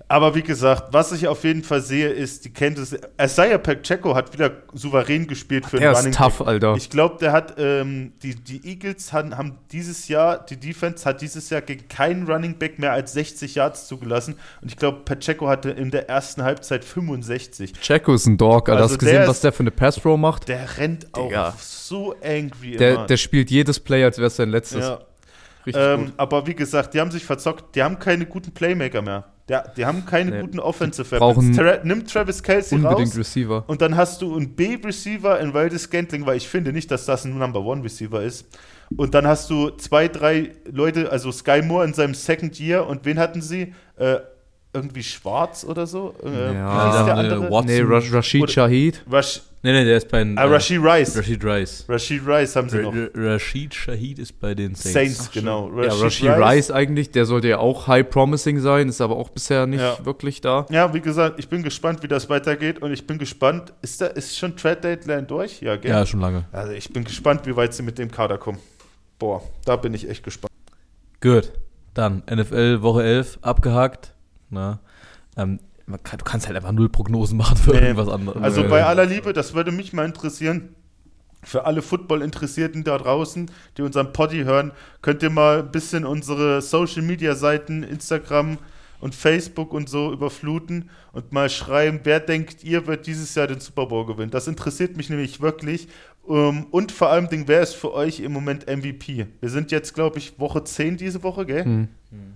Aber wie gesagt, was ich auf jeden Fall sehe, ist die Kenntnis. Isaiah Pacheco hat wieder souverän gespielt für Der den ist Running tough, Back. Alter. Ich glaube, der hat ähm, die, die Eagles haben, haben dieses Jahr, die Defense hat dieses Jahr gegen keinen Running Back mehr als sechzig Yards zugelassen. Und ich glaube, Pacheco hatte in der ersten Halbzeit fünfundsechzig. Pacheco ist ein Dog, Alter. Also Hast du gesehen, der was ist- der für eine Pass-Row macht? Der rennt Digga. auch so angry Der, immer. der spielt jedes Play, als wäre es sein letztes. ja. Richtig ähm, gut. aber wie gesagt, die haben sich verzockt. Die haben keine guten Playmaker mehr. Der, die haben keine Nee. guten Offensive brauchen Tra- Nimm Travis Kelce Unbedingt raus. Receiver. Und dann hast du einen B-Receiver in Valdez Scantling, weil ich finde nicht, dass das ein Number-One-Receiver ist. Und dann hast du zwei, drei Leute, also Sky Moore in seinem Second Year. Und wen hatten sie? Äh, irgendwie Schwarz oder so? Äh, Ja. wie hieß der Äh, andere? Watson. Nee, Rash- Rashid Oder- Shahid. Rash, Nee, nee, der ist bei den. ah, Rashid Rice. Rashid Rice. Rashid Rice haben sie noch. Ra- Ra- Rashid Shahid ist bei den Saints. Saints, genau. Ja, Rashid Rice eigentlich, der sollte ja auch high promising sein, ist aber auch bisher nicht Ja. wirklich da. Ja, wie gesagt, ich bin gespannt, wie das weitergeht. Und ich bin gespannt, ist da ist schon Trade Deadline durch? Ja, gell? Ja, schon lange. Also ich bin gespannt, wie weit sie mit dem Kader kommen. Boah, da bin ich echt gespannt. Gut. Dann N F L Woche elf abgehakt. Na, ähm, man kann, du kannst halt einfach null Prognosen machen für Nee. irgendwas anderes. Also Äh, bei aller Liebe, das würde mich mal interessieren. Für alle Football-Interessierten da draußen, die unseren Poddy hören, könnt ihr mal ein bisschen unsere Social-Media-Seiten, Instagram und Facebook und so überfluten und mal schreiben, wer denkt ihr, wird dieses Jahr den Super Bowl gewinnen. Das interessiert mich nämlich wirklich. Um, und vor allem, wer ist für euch im Moment M V P? Wir sind jetzt, glaube ich, Woche zehn diese Woche, gell? Hm.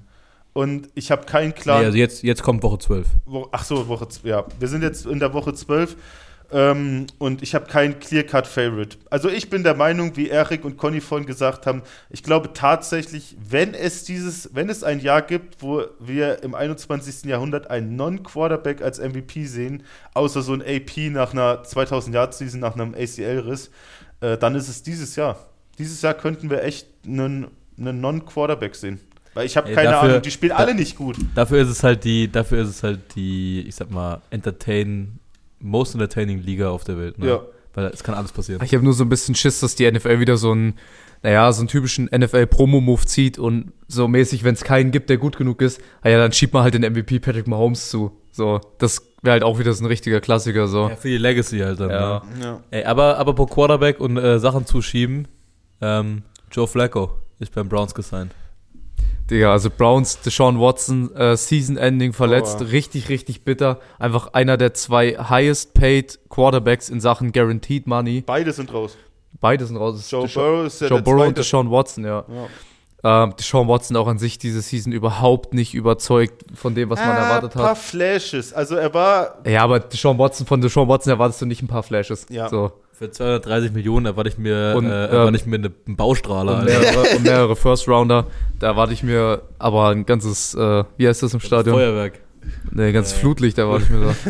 Und ich habe keinen klaren... nee, also jetzt, jetzt kommt Woche zwölf. Wo, ach so, Woche, z- ja. Wir sind jetzt in der Woche zwölf ähm, und ich habe keinen Clear-Cut-Favorite. Also ich bin der Meinung, wie Erik und Conny vorhin gesagt haben, ich glaube tatsächlich, wenn es dieses, wenn es ein Jahr gibt, wo wir im einundzwanzigsten Jahrhundert einen Non-Quarterback als M V P sehen, außer so ein A P nach einer zweitausend-Yard-Season, nach einem A C L-Riss, äh, dann ist es dieses Jahr. Dieses Jahr könnten wir echt einen, einen Non-Quarterback sehen. Weil ich habe Ey, keine dafür- Ahnung, die spielen da- alle nicht gut. Dafür ist es halt die, dafür ist es halt die, ich sag mal, entertain, most entertaining Liga auf der Welt. Ne? Ja. Weil es kann alles passieren. Ich habe nur so ein bisschen Schiss, dass die N F L wieder so einen, naja, so einen typischen N F L-Promo-Move zieht und so mäßig, wenn es keinen gibt, der gut genug ist, ah ja, dann schiebt man halt den M V P Patrick Mahomes zu. So, das wäre halt auch wieder so ein richtiger Klassiker. So. Ja, für die Legacy halt dann. Ja. Ne? Ja. Ey, aber, aber pro Quarterback und äh, Sachen zuschieben, ähm, Joe Flacco ist beim Browns gesigned. Digga, also Browns, Deshaun Watson, äh, Season-Ending verletzt, Boah. richtig, richtig bitter. Einfach einer der zwei highest-paid Quarterbacks in Sachen Guaranteed Money. Beide sind raus. Beide sind raus. Joe Deshaun- Burrow ist ja Joe der Burrow und Zweite. Deshaun Watson, ja. Ja. Ähm, Deshaun Watson auch an sich diese Season überhaupt nicht überzeugt von dem, was man Ah, erwartet Ein paar hat. Flashes. Also er war... Ja, aber Deshaun Watson, von Deshaun Watson erwartest du nicht ein paar Flashes. Ja. So. Für zweihundertdreißig Millionen erwarte ich mir, Und, äh, ähm, erwarte ich mir eine, einen Baustrahler. Und Alter. mehrere, und mehrere First-Rounder. Da erwarte ich mir aber ein ganzes, äh, wie heißt das im Stadion? Feuerwerk. Ne, ein ganzes Ja. Flutlicht erwarte ich mir da.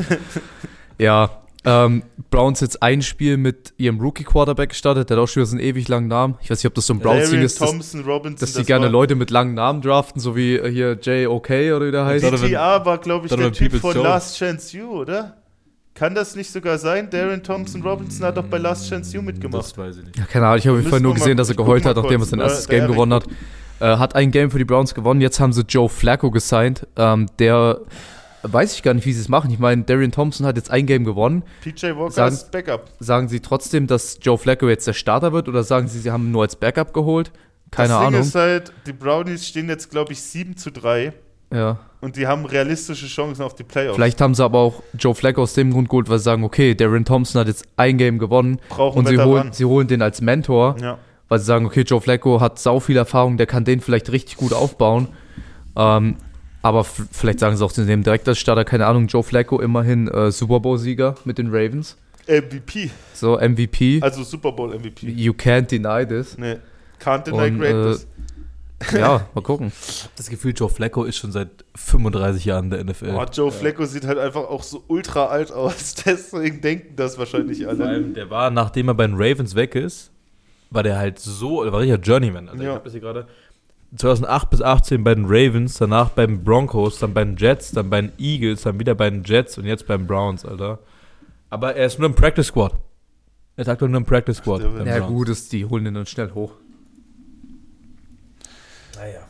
Ja, ähm, Browns jetzt ein Spiel mit ihrem Rookie-Quarterback gestartet. Der hat auch schon wieder so einen ewig langen Namen. Ich weiß nicht, ob das so ein Browns-Ding Darian ist, dass, Thompson, Robinson, dass die das gerne war- Leute mit langen Namen draften, so wie äh, hier J O K oder wie der heißt. Donovan- D T R war, glaube ich, der Donovan Typ Peoples von Jones. Last Chance U, oder? Kann das nicht sogar sein? Darren Thompson Robinson hat doch bei Last Chance U mitgemacht. Das weiß ich nicht. Ja, keine Ahnung, ich habe auf jeden Fall Müssen nur wir mal- gesehen, dass er ich guck geheult mal hat, nachdem er kurz. sein Äh, erstes der Game Erik gewonnen hat. guckt. Äh, hat ein Game für die Browns gewonnen. Jetzt haben sie Joe Flacco gesigned. Ähm, der weiß ich gar nicht, wie sie es machen. Ich meine, Darian Thompson hat jetzt ein Game gewonnen. P J Walker Sagen- ist Backup. Sagen sie trotzdem, dass Joe Flacco jetzt der Starter wird oder sagen sie, sie haben ihn nur als Backup geholt? Keine das Ahnung. Ding ist halt, die Brownies stehen jetzt, glaube ich, sieben zu drei Ja. und die haben realistische Chancen auf die Playoffs. Vielleicht haben sie aber auch Joe Flacco aus dem Grund geholt, weil sie sagen, okay, Darren Thompson hat jetzt ein Game gewonnen brauchen und sie Veteran. holen, sie holen den als Mentor, Ja. weil sie sagen, okay, Joe Flacco hat sau viel Erfahrung, der kann den vielleicht richtig gut aufbauen. Ähm, aber f- vielleicht sagen sie auch, sie nehmen direkt als Starter, keine Ahnung, Joe Flacco immerhin äh, Super Bowl-Sieger mit den Ravens. M V P, So, M V P. also Super Bowl M V P. You can't deny this. Nee, can't deny Und, greatness. Ja, mal gucken. Das Gefühl, Joe Flacco ist schon seit fünfunddreißig Jahren in der N F L. Oh, Joe Flacco sieht halt einfach auch so ultra alt aus, deswegen denken das wahrscheinlich Vor alle. allem, der war, nachdem er bei den Ravens weg ist, war der halt so, war richtiger Journeyman. Also Ja. ich hab das hier gerade zweitausendacht bis achtzehn bei den Ravens, danach beim Broncos, dann bei den Jets, dann bei den Eagles, dann wieder bei den Jets und jetzt beim Browns, Alter. Aber er ist nur im Practice Squad. Er ist aktuell nur im Practice Squad. der beim Ja, Browns. gut, ist, die holen den dann schnell hoch. Naja.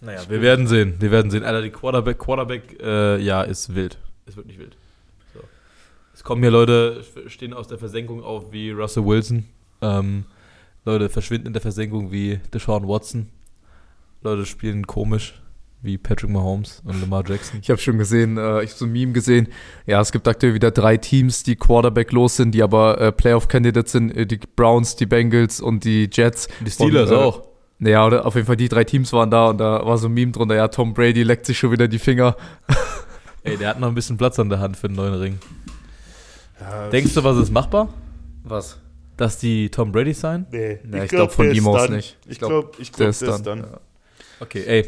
Naja, wir werden sehen. Wir werden sehen. Alter, die Quarterback, Quarterback, äh, ja, ist wild. Es wird nicht wild. So. Es kommen hier Leute, stehen aus der Versenkung auf wie Russell Wilson. Ähm, Leute verschwinden in der Versenkung wie Deshaun Watson. Leute spielen komisch wie Patrick Mahomes und Lamar Jackson. Ich habe schon gesehen, äh, ich habe so ein Meme gesehen. Ja, es gibt aktuell wieder drei Teams, die Quarterback los sind, die aber äh, Playoff-Candidates sind. Äh, die Browns, die Bengals und die Jets. Die Steelers und, äh, auch. Ja, oder auf jeden Fall die drei Teams waren da und da war so ein Meme drunter. Ja, Tom Brady leckt sich schon wieder die Finger. Ey, der hat noch ein bisschen Platz an der Hand für einen neuen Ring. Ja, Denkst du, was ist machbar? Was? Dass die Tom Brady sein? Nee, Nee, ich glaube von der ihm ist aus dann. nicht. Ich glaube, ich glaub, der ist dann. dann. Ja. Okay, ey.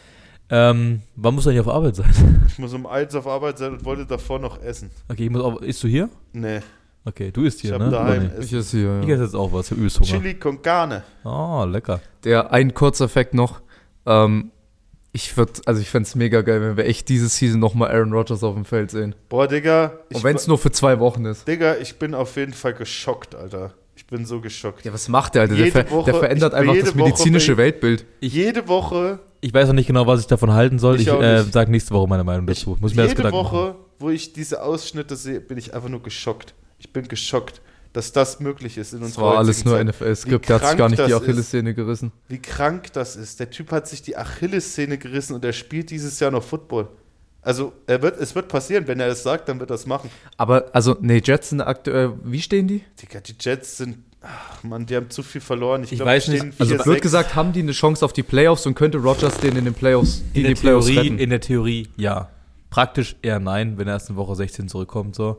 Ähm, wann musst du eigentlich auf Arbeit sein? Ich muss um eins auf Arbeit sein und wollte davor noch essen. Okay, ich muss auch. Isst du hier? Nee, Okay, du isst hier, ich habe ne? daheim Oder nicht? Ich Essen. esse hier, Ich ja. esse jetzt auch was. Ich hab übelst Hunger. Chili con carne. Oh, lecker. Der ein kurzer Fact noch. Ähm, ich würde, also ich fände es mega geil, wenn wir echt diese Season nochmal Aaron Rodgers auf dem Feld sehen. Boah, Digga. Ich Und wenn es wa- nur für zwei Wochen ist. Digga, ich bin auf jeden Fall geschockt, Alter. Ich bin so geschockt. Ja, was macht der, Alter? Der, Jede ver Woche- der verändert ich- einfach jede das medizinische Woche- Weltbild. Jede Woche, Ich weiß noch nicht genau, was ich davon halten soll. Ich Ich, auch äh, nicht. sage nächste Woche meine Meinung dazu. Muss mir das jede Gedanken Woche, machen. wo ich diese Ausschnitte sehe, bin ich einfach nur geschockt. Ich bin geschockt, dass das möglich ist in Das unserer war alles heutigen nur Zeit. N F L-Skript. Wie Der hat sich krank gar nicht die das Achillessehne gerissen. Wie krank das ist. Der Typ hat sich die Achillessehne gerissen und er spielt dieses Jahr noch Football. Also er wird, es wird passieren, wenn er es sagt, dann wird er es machen. Aber, also, nee, Jets sind aktuell, wie stehen die? Digga, die Jets sind, ach Mann, die haben zu viel verloren. Ich, Ich glaub, weiß die nicht, stehen Also vier, es wird sechs. gesagt, haben die eine Chance auf die Playoffs und könnte Rodgers den in den Playoffs, die In die der, Playoffs Theorie, retten? in der Theorie, ja. Praktisch eher nein, wenn er erst in Woche sechzehn zurückkommt. So.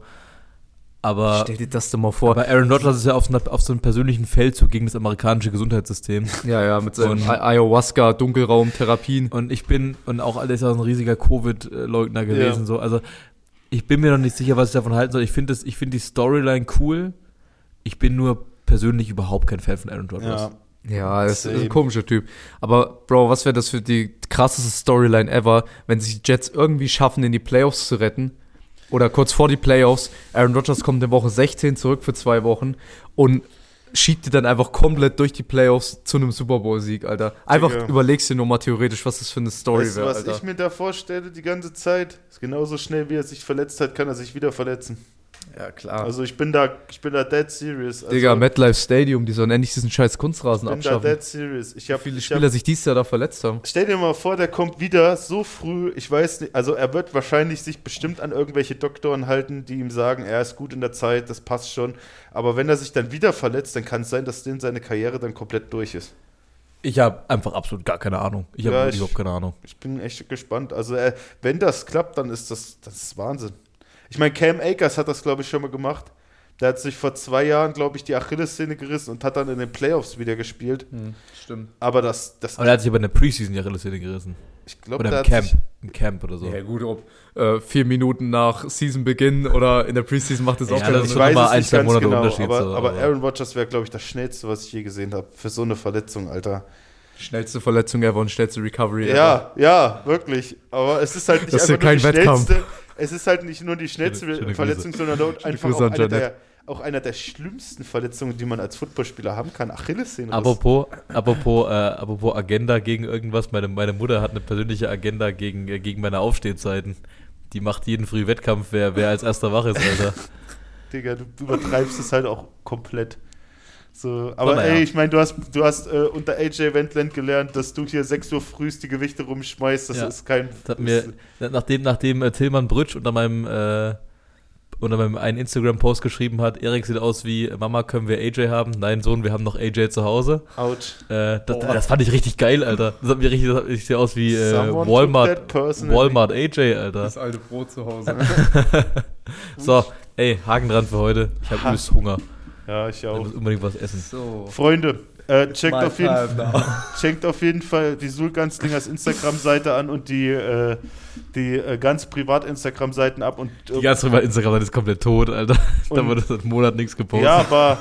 Aber, Stell dir das doch mal vor. aber Aaron Rodgers ist ja auf so, einer, auf so einem persönlichen Feldzug gegen das amerikanische Gesundheitssystem. Ja, ja, mit seinen Und- Ay- Ayahuasca, Dunkelraum-Therapien. Und ich bin, und auch alles ja ein riesiger Covid-Leugner gewesen. So. Also ich bin mir noch nicht sicher, was ich davon halten soll. Ich finde find die Storyline cool. Ich bin nur persönlich überhaupt kein Fan von Aaron Rodgers. Ja. Ja, das ist Same. ein komischer Typ. Aber, Bro, was wäre das für die krasseste Storyline ever, wenn sich die Jets irgendwie schaffen, in die Playoffs zu retten? Oder kurz vor die Playoffs, Aaron Rodgers kommt in Woche sechzehn zurück für zwei Wochen und schiebt die dann einfach komplett durch die Playoffs zu einem Super Bowl-Sieg, Alter. Einfach Digga. überlegst dir nur mal theoretisch, was das für eine Story Weißt du, wäre, was Alter. ich mir da vorstelle die ganze Zeit? Ist genauso schnell, wie er sich verletzt hat, kann er sich wieder verletzen. Ja, klar. Also ich bin da, ich bin da dead serious. Also, Digga, MetLife Stadium, die sollen endlich diesen scheiß Kunstrasen ich bin da abschaffen. dead serious. Ich Wie hab, viele ich Spieler hab, sich dieses Jahr da verletzt haben. Stell dir mal vor, der kommt wieder so früh, ich weiß nicht, also er wird wahrscheinlich sich bestimmt an irgendwelche Doktoren halten, die ihm sagen, er ist gut in der Zeit, das passt schon. Aber wenn er sich dann wieder verletzt, dann kann es sein, dass denn seine Karriere dann komplett durch ist. Ich habe einfach absolut gar keine Ahnung. Ich habe Ja, wirklich ich- überhaupt keine Ahnung. Ich bin echt gespannt. Also äh, wenn das klappt, dann ist das, das ist Wahnsinn. Ich meine, Cam Akers hat das, glaube ich, schon mal gemacht. Der hat sich vor zwei Jahren, glaube ich, die Achillessehne gerissen und hat dann in den Playoffs wieder gespielt. Stimmt. Aber das, das Aber der hat sich aber in der Preseason die Achillessehne gerissen. ich glaube, Oder der im hat Camp. sich, Im Camp oder so. Ja gut, ob äh, vier Minuten nach Seasonbeginn oder in der Preseason macht das Ja, auch das keinen ist ich schon Unterschied. weiß nochmal es ein, nicht zwei ganz Monate genau, Unterschied, aber, so, aber aber- Aaron Rodgers wäre, glaube ich, das Schnellste, was ich je gesehen habe. Für so eine Verletzung, Alter. Schnellste Verletzung ever und schnellste Recovery Ja, ja, wirklich. Aber es ist halt nicht Das ist ja einfach nur kein die Wettkampf. schnellste, es ist halt nicht nur die schnellste Schöne- schöne Verletzung, sondern auch einfach Grüße auch an eine, Janet. der, auch einer der schlimmsten Verletzungen, die man als Footballspieler haben kann. Achillessehne. Apropos, apropos, äh, apropos Agenda gegen irgendwas. Meine, meine Mutter hat eine persönliche Agenda gegen, äh, gegen meine Aufstehzeiten. Die macht jeden früh Wettkampf, wer, wer als erster wach ist, Alter. Digga, du übertreibst es halt auch komplett. So, aber Na ja. ey, ich meine, du hast, du hast äh, unter A J Wendland gelernt, dass du hier sechs Uhr frühst die Gewichte rumschmeißt. Das Ja. ist kein. Das hat mir, nachdem, nachdem äh, Tillmann Brütsch unter meinem, äh, unter meinem einen Instagram-Post geschrieben hat, Erik sieht aus wie, Mama, können wir A J haben? Nein, Sohn, wir haben noch A J zu Hause. Autsch. Äh, das, das fand ich richtig geil, Alter. Das hat mir richtig, das sieht aus wie äh, Someone took Walmart, that personally. Walmart A J, Alter. Das alte Brot zu Hause. So, ey, Haken dran für heute. Ich habe Ha. übelst Hunger. Ja, ich Ich auch. muss unbedingt was essen. So. Freunde, äh, checkt, My auf jeden, time now. checkt auf jeden Fall die Sulganslingers Instagram-Seite an und die, äh, die äh, ganz privat Instagram-Seiten ab. Und, äh, Die ganze Zeit Instagram ist komplett tot, Alter. Da Und- wurde seit einem Monat nichts gepostet. ja, aber.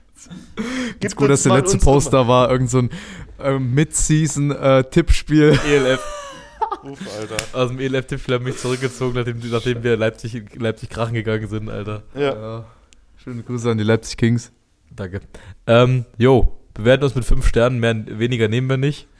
Ist gut, dass der letzte Post da war, irgend so ein äh, Mid-Season-Tippspiel. E L F. Uff, Alter. Aus dem E L F-Tippspiel haben mich zurückgezogen, nachdem, nachdem wir Leipzig, Leipzig krachen gegangen sind, Alter. Ja. Ja. Schöne Grüße an die Leipzig Kings. Danke. Ähm, jo, bewerten uns mit fünf Sternen, mehr, weniger nehmen wir nicht.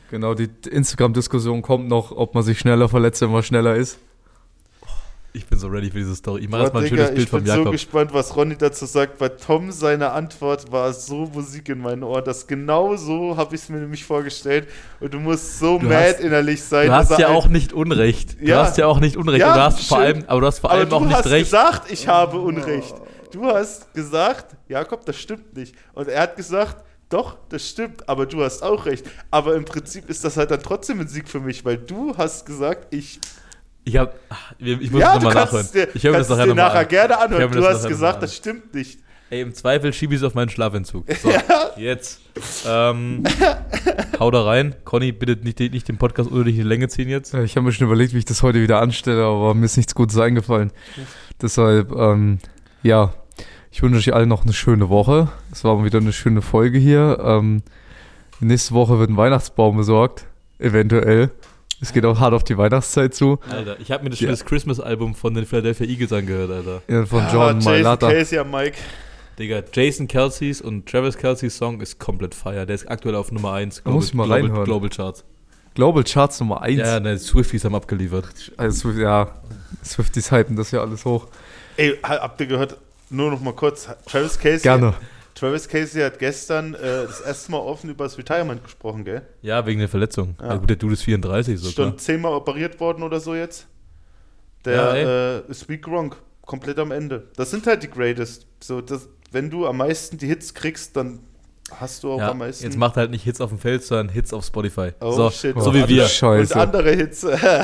Genau, die Instagram-Diskussion kommt noch, ob man sich schneller verletzt, wenn man schneller ist. Ich bin so ready für diese Story. Ich mache Boah, jetzt mal ein Digga, schönes Bild ich bin vom so Jakob. gespannt, was Ronny dazu sagt, weil Tom, seine Antwort war so Musik in meinen Ohren. Das genau so habe ich es mir nämlich vorgestellt. Und du musst so Du mad hast- innerlich sein. Du hast dass er ja ein- auch nicht Unrecht. Du Ja. hast ja auch nicht Unrecht. Ja, Und du hast vor schön. allem, aber du hast vor Aber allem du auch nicht hast recht. gesagt, ich habe Unrecht. Du hast gesagt, Jakob, das stimmt nicht. Und er hat gesagt, doch, das stimmt, aber du hast auch recht. Aber im Prinzip ist das halt dann trotzdem ein Sieg für mich, weil du hast gesagt, ich... Ich hab, ach, ich muss ja, es du nochmal kannst nachhören. es dir, Ich höre mir das kannst es nachher dir nochmal nachher an. gerne Ich hör anhören. mir Du das hast nachher gesagt, nochmal das stimmt nicht. Ey, im Zweifel schiebe ich es auf meinen Schlafentzug. So, jetzt. Ähm, hau da rein. Conny, bitte nicht, nicht den Podcast unnötig in die Länge ziehen jetzt. Ja, Ich habe mir schon überlegt, wie ich das heute wieder anstelle, aber mir ist nichts Gutes eingefallen. Deshalb, ähm, ja, ich wünsche euch allen noch eine schöne Woche. Es war mal wieder eine schöne Folge hier. Ähm, nächste Woche wird ein Weihnachtsbaum besorgt, eventuell. Es geht auch hart auf die Weihnachtszeit zu. Alter, ich habe mir das Ja. schönes Christmas-Album von den Philadelphia Eagles angehört, Alter. Ja, von Ah, Jordan Jason Mailata. Casey am Mike. Digga, Jason Kelce's und Travis Kelce's Song ist komplett fire. Der ist aktuell auf Nummer eins. Da muss ich mal Global, reinhören. Global Charts. Global Charts Nummer eins. Ja, ne, Swifties haben abgeliefert. Also, ja, Swifties hypen das ja alles hoch. Ey, habt ihr gehört, nur noch mal kurz, Travis Casey, Gerne. Travis Casey hat gestern äh, das erste Mal offen über das Retirement gesprochen, gell? Ja, wegen der Verletzung. Ja. Ja. Gut, der Dude ist vierunddreißig, so klar. Schon zehnmal operiert worden oder so jetzt. Ja, Der äh, ist wie Gronk, komplett am Ende. Das sind halt die Greatest. So, das, wenn du am meisten die Hits kriegst, dann hast du auch Ja, am meisten... jetzt macht halt nicht Hits auf dem Feld, sondern Hits auf Spotify. Oh, so, shit. so Oh, wie wir. Scheiße. Und andere Hits.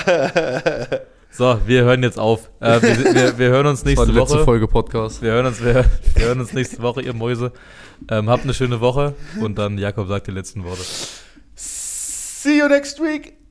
So, wir hören jetzt auf. Äh, wir, wir, wir hören uns Das war nächste die letzte Woche. Folge Podcast. Wir hören uns, wir, wir hören uns nächste Woche, ihr Mäuse. Ähm, habt eine schöne Woche und dann Jakob sagt die letzten Worte. See you next week.